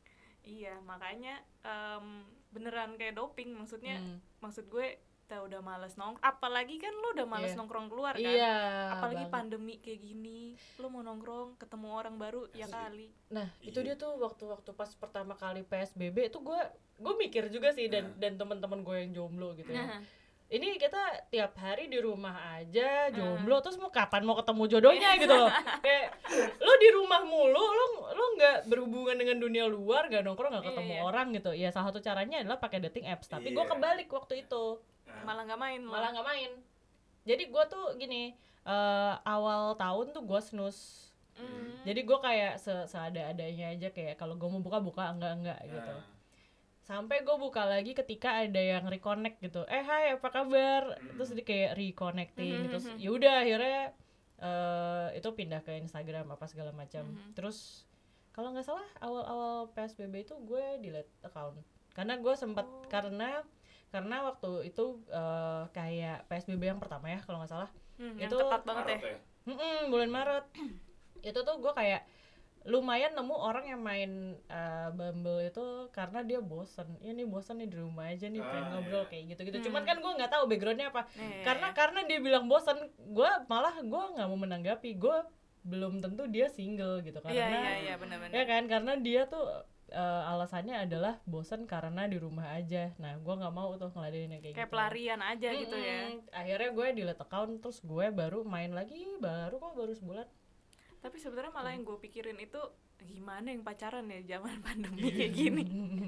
Speaker 1: Iya, makanya em, beneran kayak doping. Maksudnya
Speaker 3: Hmm.
Speaker 1: maksud gue kita udah males nong apalagi kan lo udah males
Speaker 3: Iya.
Speaker 1: nongkrong keluar kan.
Speaker 3: Iya.
Speaker 1: Apalagi
Speaker 3: banget.
Speaker 1: pandemi kayak gini, lo mau nongkrong ketemu orang baru ya
Speaker 2: Asli.
Speaker 1: kali.
Speaker 3: Nah, itu
Speaker 2: Iya.
Speaker 3: dia tuh waktu-waktu pas pertama kali P S B B itu gue gue mikir juga sih, dan
Speaker 2: Nah.
Speaker 3: dan teman-teman gue yang jomblo gitu ya.
Speaker 1: Nah,
Speaker 3: Ini kita tiap hari di rumah aja
Speaker 1: Hmm.
Speaker 3: jomblo, terus mau kapan mau ketemu jodohnya gitu loh. Kayak lo di rumah mulu, lo lo nggak berhubungan dengan dunia luar, nggak nongkrong, nggak
Speaker 1: Iya,
Speaker 3: ketemu
Speaker 1: iya.
Speaker 3: orang gitu. Ya salah satu caranya adalah pakai dating apps. Tapi gue
Speaker 2: Iya.
Speaker 3: kebalik waktu itu,
Speaker 2: Nah,
Speaker 1: malah nggak main lo.
Speaker 3: malah nggak main. Jadi gue tuh gini, eh, awal tahun tuh gue snooze.
Speaker 1: Mm.
Speaker 3: Jadi gue kayak se seada-adanya aja, kayak kalau gue mau buka buka, enggak enggak gitu.
Speaker 2: nah,
Speaker 3: Sampai gue buka lagi ketika ada yang reconnect gitu, eh hai apa kabar,
Speaker 2: Mm.
Speaker 3: terus dia kayak reconnecting,
Speaker 1: Mhm.
Speaker 3: terus ya udah akhirnya eh, itu pindah ke Instagram apa segala macam.
Speaker 1: Mhm.
Speaker 3: Terus kalau nggak salah awal-awal P S B B itu gue delete account karena gue sempat
Speaker 1: Oh.
Speaker 3: karena karena waktu itu eh, kayak P S B B yang pertama ya kalau nggak salah.
Speaker 1: Hmm, yang
Speaker 3: Itu
Speaker 1: ketat banget ya.
Speaker 2: Maret ya.
Speaker 3: Mm-mm, bulan Maret itu tuh gue kayak lumayan nemu orang yang main uh, Bumble itu karena dia bosen, ya nih bosen nih di rumah aja nih, pengen
Speaker 2: Ah,
Speaker 3: ngobrol
Speaker 2: iya.
Speaker 3: kayak gitu-gitu.
Speaker 1: Hmm.
Speaker 3: Cuman kan gue nggak tahu backgroundnya apa,
Speaker 1: Iya,
Speaker 3: karena
Speaker 1: iya.
Speaker 3: karena dia bilang bosen, gue malah gue nggak mau menanggapi, gue belum tentu dia single gitu
Speaker 1: Iya
Speaker 3: karena
Speaker 1: iya iya benar-benar.
Speaker 3: ya kan, karena dia tuh uh, alasannya adalah bosen karena di rumah aja. Nah gue nggak mau tuh ngeladenin yang kayak,
Speaker 1: Kayak
Speaker 3: gitu.
Speaker 1: pelarian aja gitu ya.
Speaker 3: Mm-mm. Akhirnya gue delete account, terus gue baru main lagi, baru kok baru sebulan.
Speaker 1: Tapi sebenarnya malah yang gue pikirin itu gimana yang pacaran ya zaman pandemi
Speaker 3: Iya.
Speaker 1: kayak gini.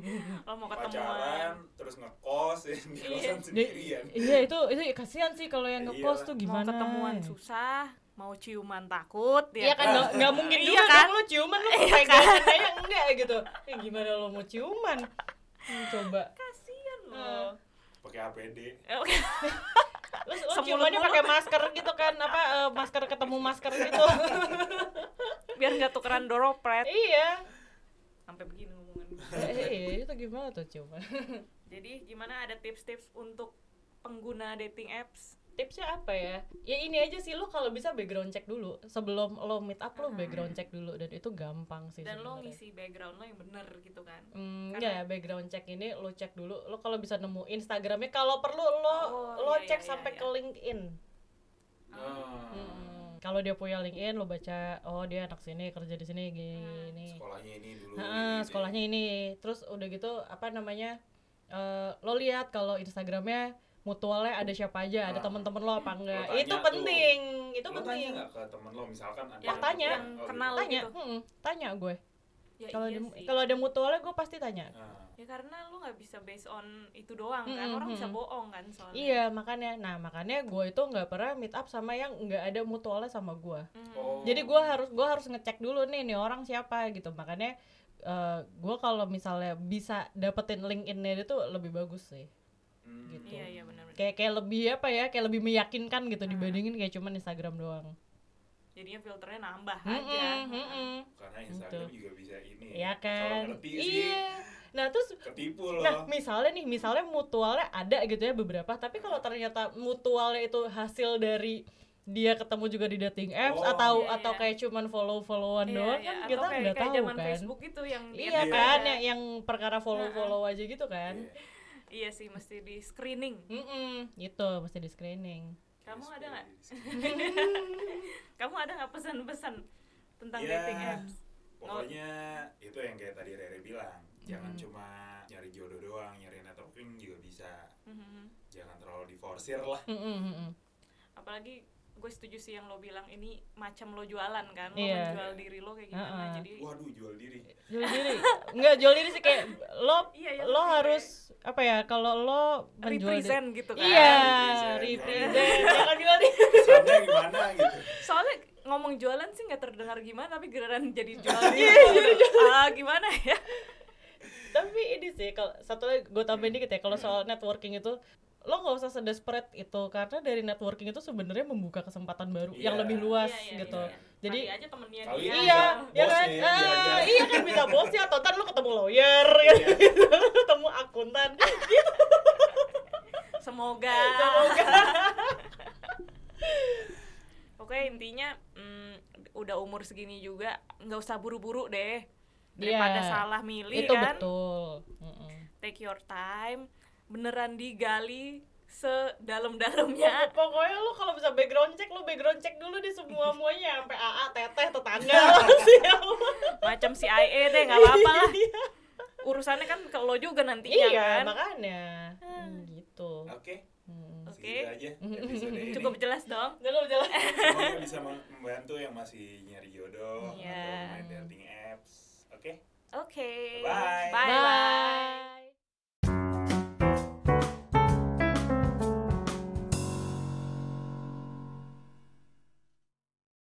Speaker 1: Lo mau
Speaker 2: Pacaran,
Speaker 1: ketemuan,
Speaker 2: terus ngekos ya, di
Speaker 1: Iya.
Speaker 2: kosan
Speaker 3: Di-
Speaker 2: sendirian.
Speaker 3: Iya itu itu kasihan sih kalau yang ngekos
Speaker 2: Iyalah.
Speaker 3: tuh
Speaker 1: mau
Speaker 3: gimana.
Speaker 1: ketemuan susah, mau ciuman takut
Speaker 3: Iya
Speaker 1: ya
Speaker 3: kan nggak nggak mungkin
Speaker 1: Iya
Speaker 3: juga
Speaker 1: kan?
Speaker 3: kan lo ciuman lo pegangan aja enggak gitu. Ya gimana lo mau ciuman? Hmm, coba.
Speaker 1: Kasian
Speaker 3: Eh.
Speaker 1: lo.
Speaker 2: Pakai A P D.
Speaker 1: Oke.
Speaker 3: Lo, lo
Speaker 1: Semulut
Speaker 3: ciumannya
Speaker 1: mulut.
Speaker 3: pakai masker gitu kan, apa eh, masker ketemu masker gitu.
Speaker 1: Biar nggak tukeran doropret.
Speaker 3: Iya.
Speaker 1: Sampai begini ngomongan.
Speaker 3: Eh, itu gimana tuh ciuman?
Speaker 1: Jadi gimana, ada tips-tips untuk pengguna dating apps?
Speaker 3: Tipsnya apa ya? Ya ini aja sih, lo kalau bisa background check dulu sebelum lo meet up, lo
Speaker 1: Hmm.
Speaker 3: background check dulu, dan itu gampang sih
Speaker 1: Dan lo
Speaker 3: sebenarnya.
Speaker 1: ngisi background lo yang bener gitu kan.
Speaker 3: Hmm,
Speaker 1: Karena-
Speaker 3: ya background check ini lo cek dulu, lo kalau bisa nemu Instagramnya, kalau perlu lo
Speaker 1: Oh,
Speaker 3: lo
Speaker 1: iya,
Speaker 3: cek
Speaker 1: iya,
Speaker 3: sampai
Speaker 1: iya.
Speaker 3: ke LinkedIn.
Speaker 2: Ah,
Speaker 3: Hmm, kalau dia punya LinkedIn lo baca, oh dia anak sini, kerja di sini gini.
Speaker 2: sekolahnya ini dulu.
Speaker 3: Heeh,
Speaker 2: gitu ya.
Speaker 3: sekolahnya ini. Terus udah gitu apa namanya? eh, lo lihat kalau Instagramnya mutualnya ada siapa aja, ada
Speaker 2: Ah.
Speaker 3: teman-teman lo apa enggak.
Speaker 2: Lo tanya
Speaker 3: Itu
Speaker 2: tuh.
Speaker 3: penting, itu
Speaker 2: Lo
Speaker 3: penting.
Speaker 2: tanya nggak ke temen lo misalkan ada
Speaker 1: Yang
Speaker 3: tanya.
Speaker 1: yang
Speaker 2: oh,
Speaker 1: kenal
Speaker 2: gitu.
Speaker 3: Tanya,
Speaker 1: gitu.
Speaker 3: hmm, tanya gue.
Speaker 1: Ya,
Speaker 3: Kalau
Speaker 1: iya
Speaker 3: ada
Speaker 1: sih.
Speaker 3: kalau ada mutualnya gue pasti tanya.
Speaker 2: Ah.
Speaker 1: Ya karena lu nggak bisa based on itu doang kan,
Speaker 3: Mm-mm,
Speaker 1: orang bisa
Speaker 3: mm-mm.
Speaker 1: bohong kan soalnya.
Speaker 3: Iya, makanya. Nah, makanya gue itu nggak pernah meet up sama yang nggak ada mutualnya sama gue.
Speaker 1: Mm.
Speaker 2: Oh.
Speaker 3: Jadi gue harus gue harus ngecek dulu nih nih orang siapa gitu. Makanya uh, gue kalau misalnya bisa dapetin LinkedIn-nya itu lebih bagus sih.
Speaker 2: Hmm.
Speaker 3: Gitu.
Speaker 1: Iya iya benar-benar.
Speaker 3: Kayak kayak lebih apa ya? Kayak lebih meyakinkan gitu
Speaker 1: Hmm.
Speaker 3: dibandingin kayak cuman Instagram doang.
Speaker 1: Jadinya filternya nambah
Speaker 3: Mm-mm,
Speaker 1: aja.
Speaker 3: mm-mm.
Speaker 2: Karena Instagram
Speaker 3: Gitu.
Speaker 2: juga bisa ini.
Speaker 3: Iya
Speaker 2: Kalau
Speaker 3: kan?
Speaker 2: ngerti sih
Speaker 3: Iya. Nah, terus
Speaker 2: ketipu loh.
Speaker 3: nah, misalnya nih, misalnya mutualnya ada gitu ya beberapa, tapi kalau ternyata mutualnya itu hasil dari dia ketemu juga di dating apps
Speaker 2: Oh,
Speaker 3: atau
Speaker 1: iya,
Speaker 3: atau
Speaker 1: iya.
Speaker 3: kayak cuman follow-followan
Speaker 1: Iya,
Speaker 3: doang
Speaker 1: iya.
Speaker 3: kan
Speaker 1: Atau
Speaker 3: kita
Speaker 1: kayak,
Speaker 3: nggak
Speaker 1: kayak
Speaker 3: tahu
Speaker 1: zaman
Speaker 3: kan.
Speaker 1: Facebook itu yang
Speaker 3: Iya
Speaker 1: dia
Speaker 3: kan,
Speaker 1: ada.
Speaker 3: yang, yang perkara follow-follow aja gitu kan.
Speaker 2: Iya.
Speaker 1: Iya sih mesti di screening.
Speaker 3: Mm-mm, itu mesti di screening.
Speaker 1: Kamu
Speaker 2: Yes,
Speaker 1: ada nggak?
Speaker 2: baby.
Speaker 1: Kamu ada nggak pesan-pesan tentang
Speaker 2: Ya,
Speaker 1: dating apps?
Speaker 2: Pokoknya itu yang kayak tadi Rere bilang, jangan
Speaker 3: Hmm.
Speaker 2: cuma nyari jodoh doang, nyari networking juga bisa.
Speaker 1: Mhm.
Speaker 2: Jangan terlalu diforsir lah.
Speaker 3: Mm-mm, mm-mm.
Speaker 1: Apalagi gue setuju sih yang lo bilang ini macam lo jualan kan, lo
Speaker 3: Iya.
Speaker 1: menjual diri lo kayak gimana.
Speaker 3: Uh-uh.
Speaker 1: Jadi
Speaker 2: Waduh, jual diri.
Speaker 3: Jual diri nggak jual diri sih kayak lo
Speaker 1: Iya, ya,
Speaker 3: lo
Speaker 1: lebih
Speaker 3: harus apa ya kalau lo menjual diri
Speaker 1: represent gitu kan.
Speaker 3: iya
Speaker 2: Represent.
Speaker 3: represent jangan jual diri.
Speaker 2: Kesannya gimana gitu.
Speaker 1: Soalnya ngomong jualan sih nggak terdengar gimana, tapi giliran jadi jual
Speaker 3: Iya,
Speaker 1: diri. Ah gimana ya?
Speaker 3: Tapi ini sih kalau satu lagi gue tambahin dikit ya, kalau soal networking itu lo nggak usah sedesperate itu, karena dari networking itu sebenarnya membuka kesempatan baru yang
Speaker 2: Iya.
Speaker 3: lebih luas
Speaker 1: Iya, iya,
Speaker 3: gitu.
Speaker 1: iya.
Speaker 3: Jadi
Speaker 1: Kali aja temennya
Speaker 2: Kali
Speaker 1: dia.
Speaker 2: ini
Speaker 3: iya,
Speaker 2: bisa
Speaker 3: ya kan?
Speaker 2: bosnya
Speaker 3: Ah,
Speaker 2: diajak.
Speaker 3: iya kan bisa bosnya atau ntar lo ketemu lawyer,
Speaker 2: Iya.
Speaker 3: gitu. Ketemu akuntan.
Speaker 1: Semoga.
Speaker 3: Semoga.
Speaker 1: Oke intinya mm, udah umur segini juga nggak usah buru-buru deh.
Speaker 3: Iya,
Speaker 1: Daripada salah milih
Speaker 3: itu
Speaker 1: kan.
Speaker 3: betul. Mm-mm.
Speaker 1: Take your time. Beneran digali sedalam-dalamnya.
Speaker 3: Pokoknya lo kalau bisa background check, lo background check dulu di semua muanya sampai A A, teteh, tetangga. Siapa?
Speaker 1: Macam C I A deh, nggak apa-apa lah. Urusannya kan ke lo juga nantinya
Speaker 3: Iya,
Speaker 1: kan.
Speaker 3: makanya. Hmm, gitu.
Speaker 2: Oke,
Speaker 3: Hmm.
Speaker 1: Oke.
Speaker 2: segitu aja episode ini.
Speaker 1: Cukup jelas dong.
Speaker 3: Cukup jelas.
Speaker 2: Semoga bisa mem- membantu yang masih nyari jodoh
Speaker 1: Iya.
Speaker 2: atau main dating apps. Oke.
Speaker 1: Oke.
Speaker 2: Bye.
Speaker 1: Bye.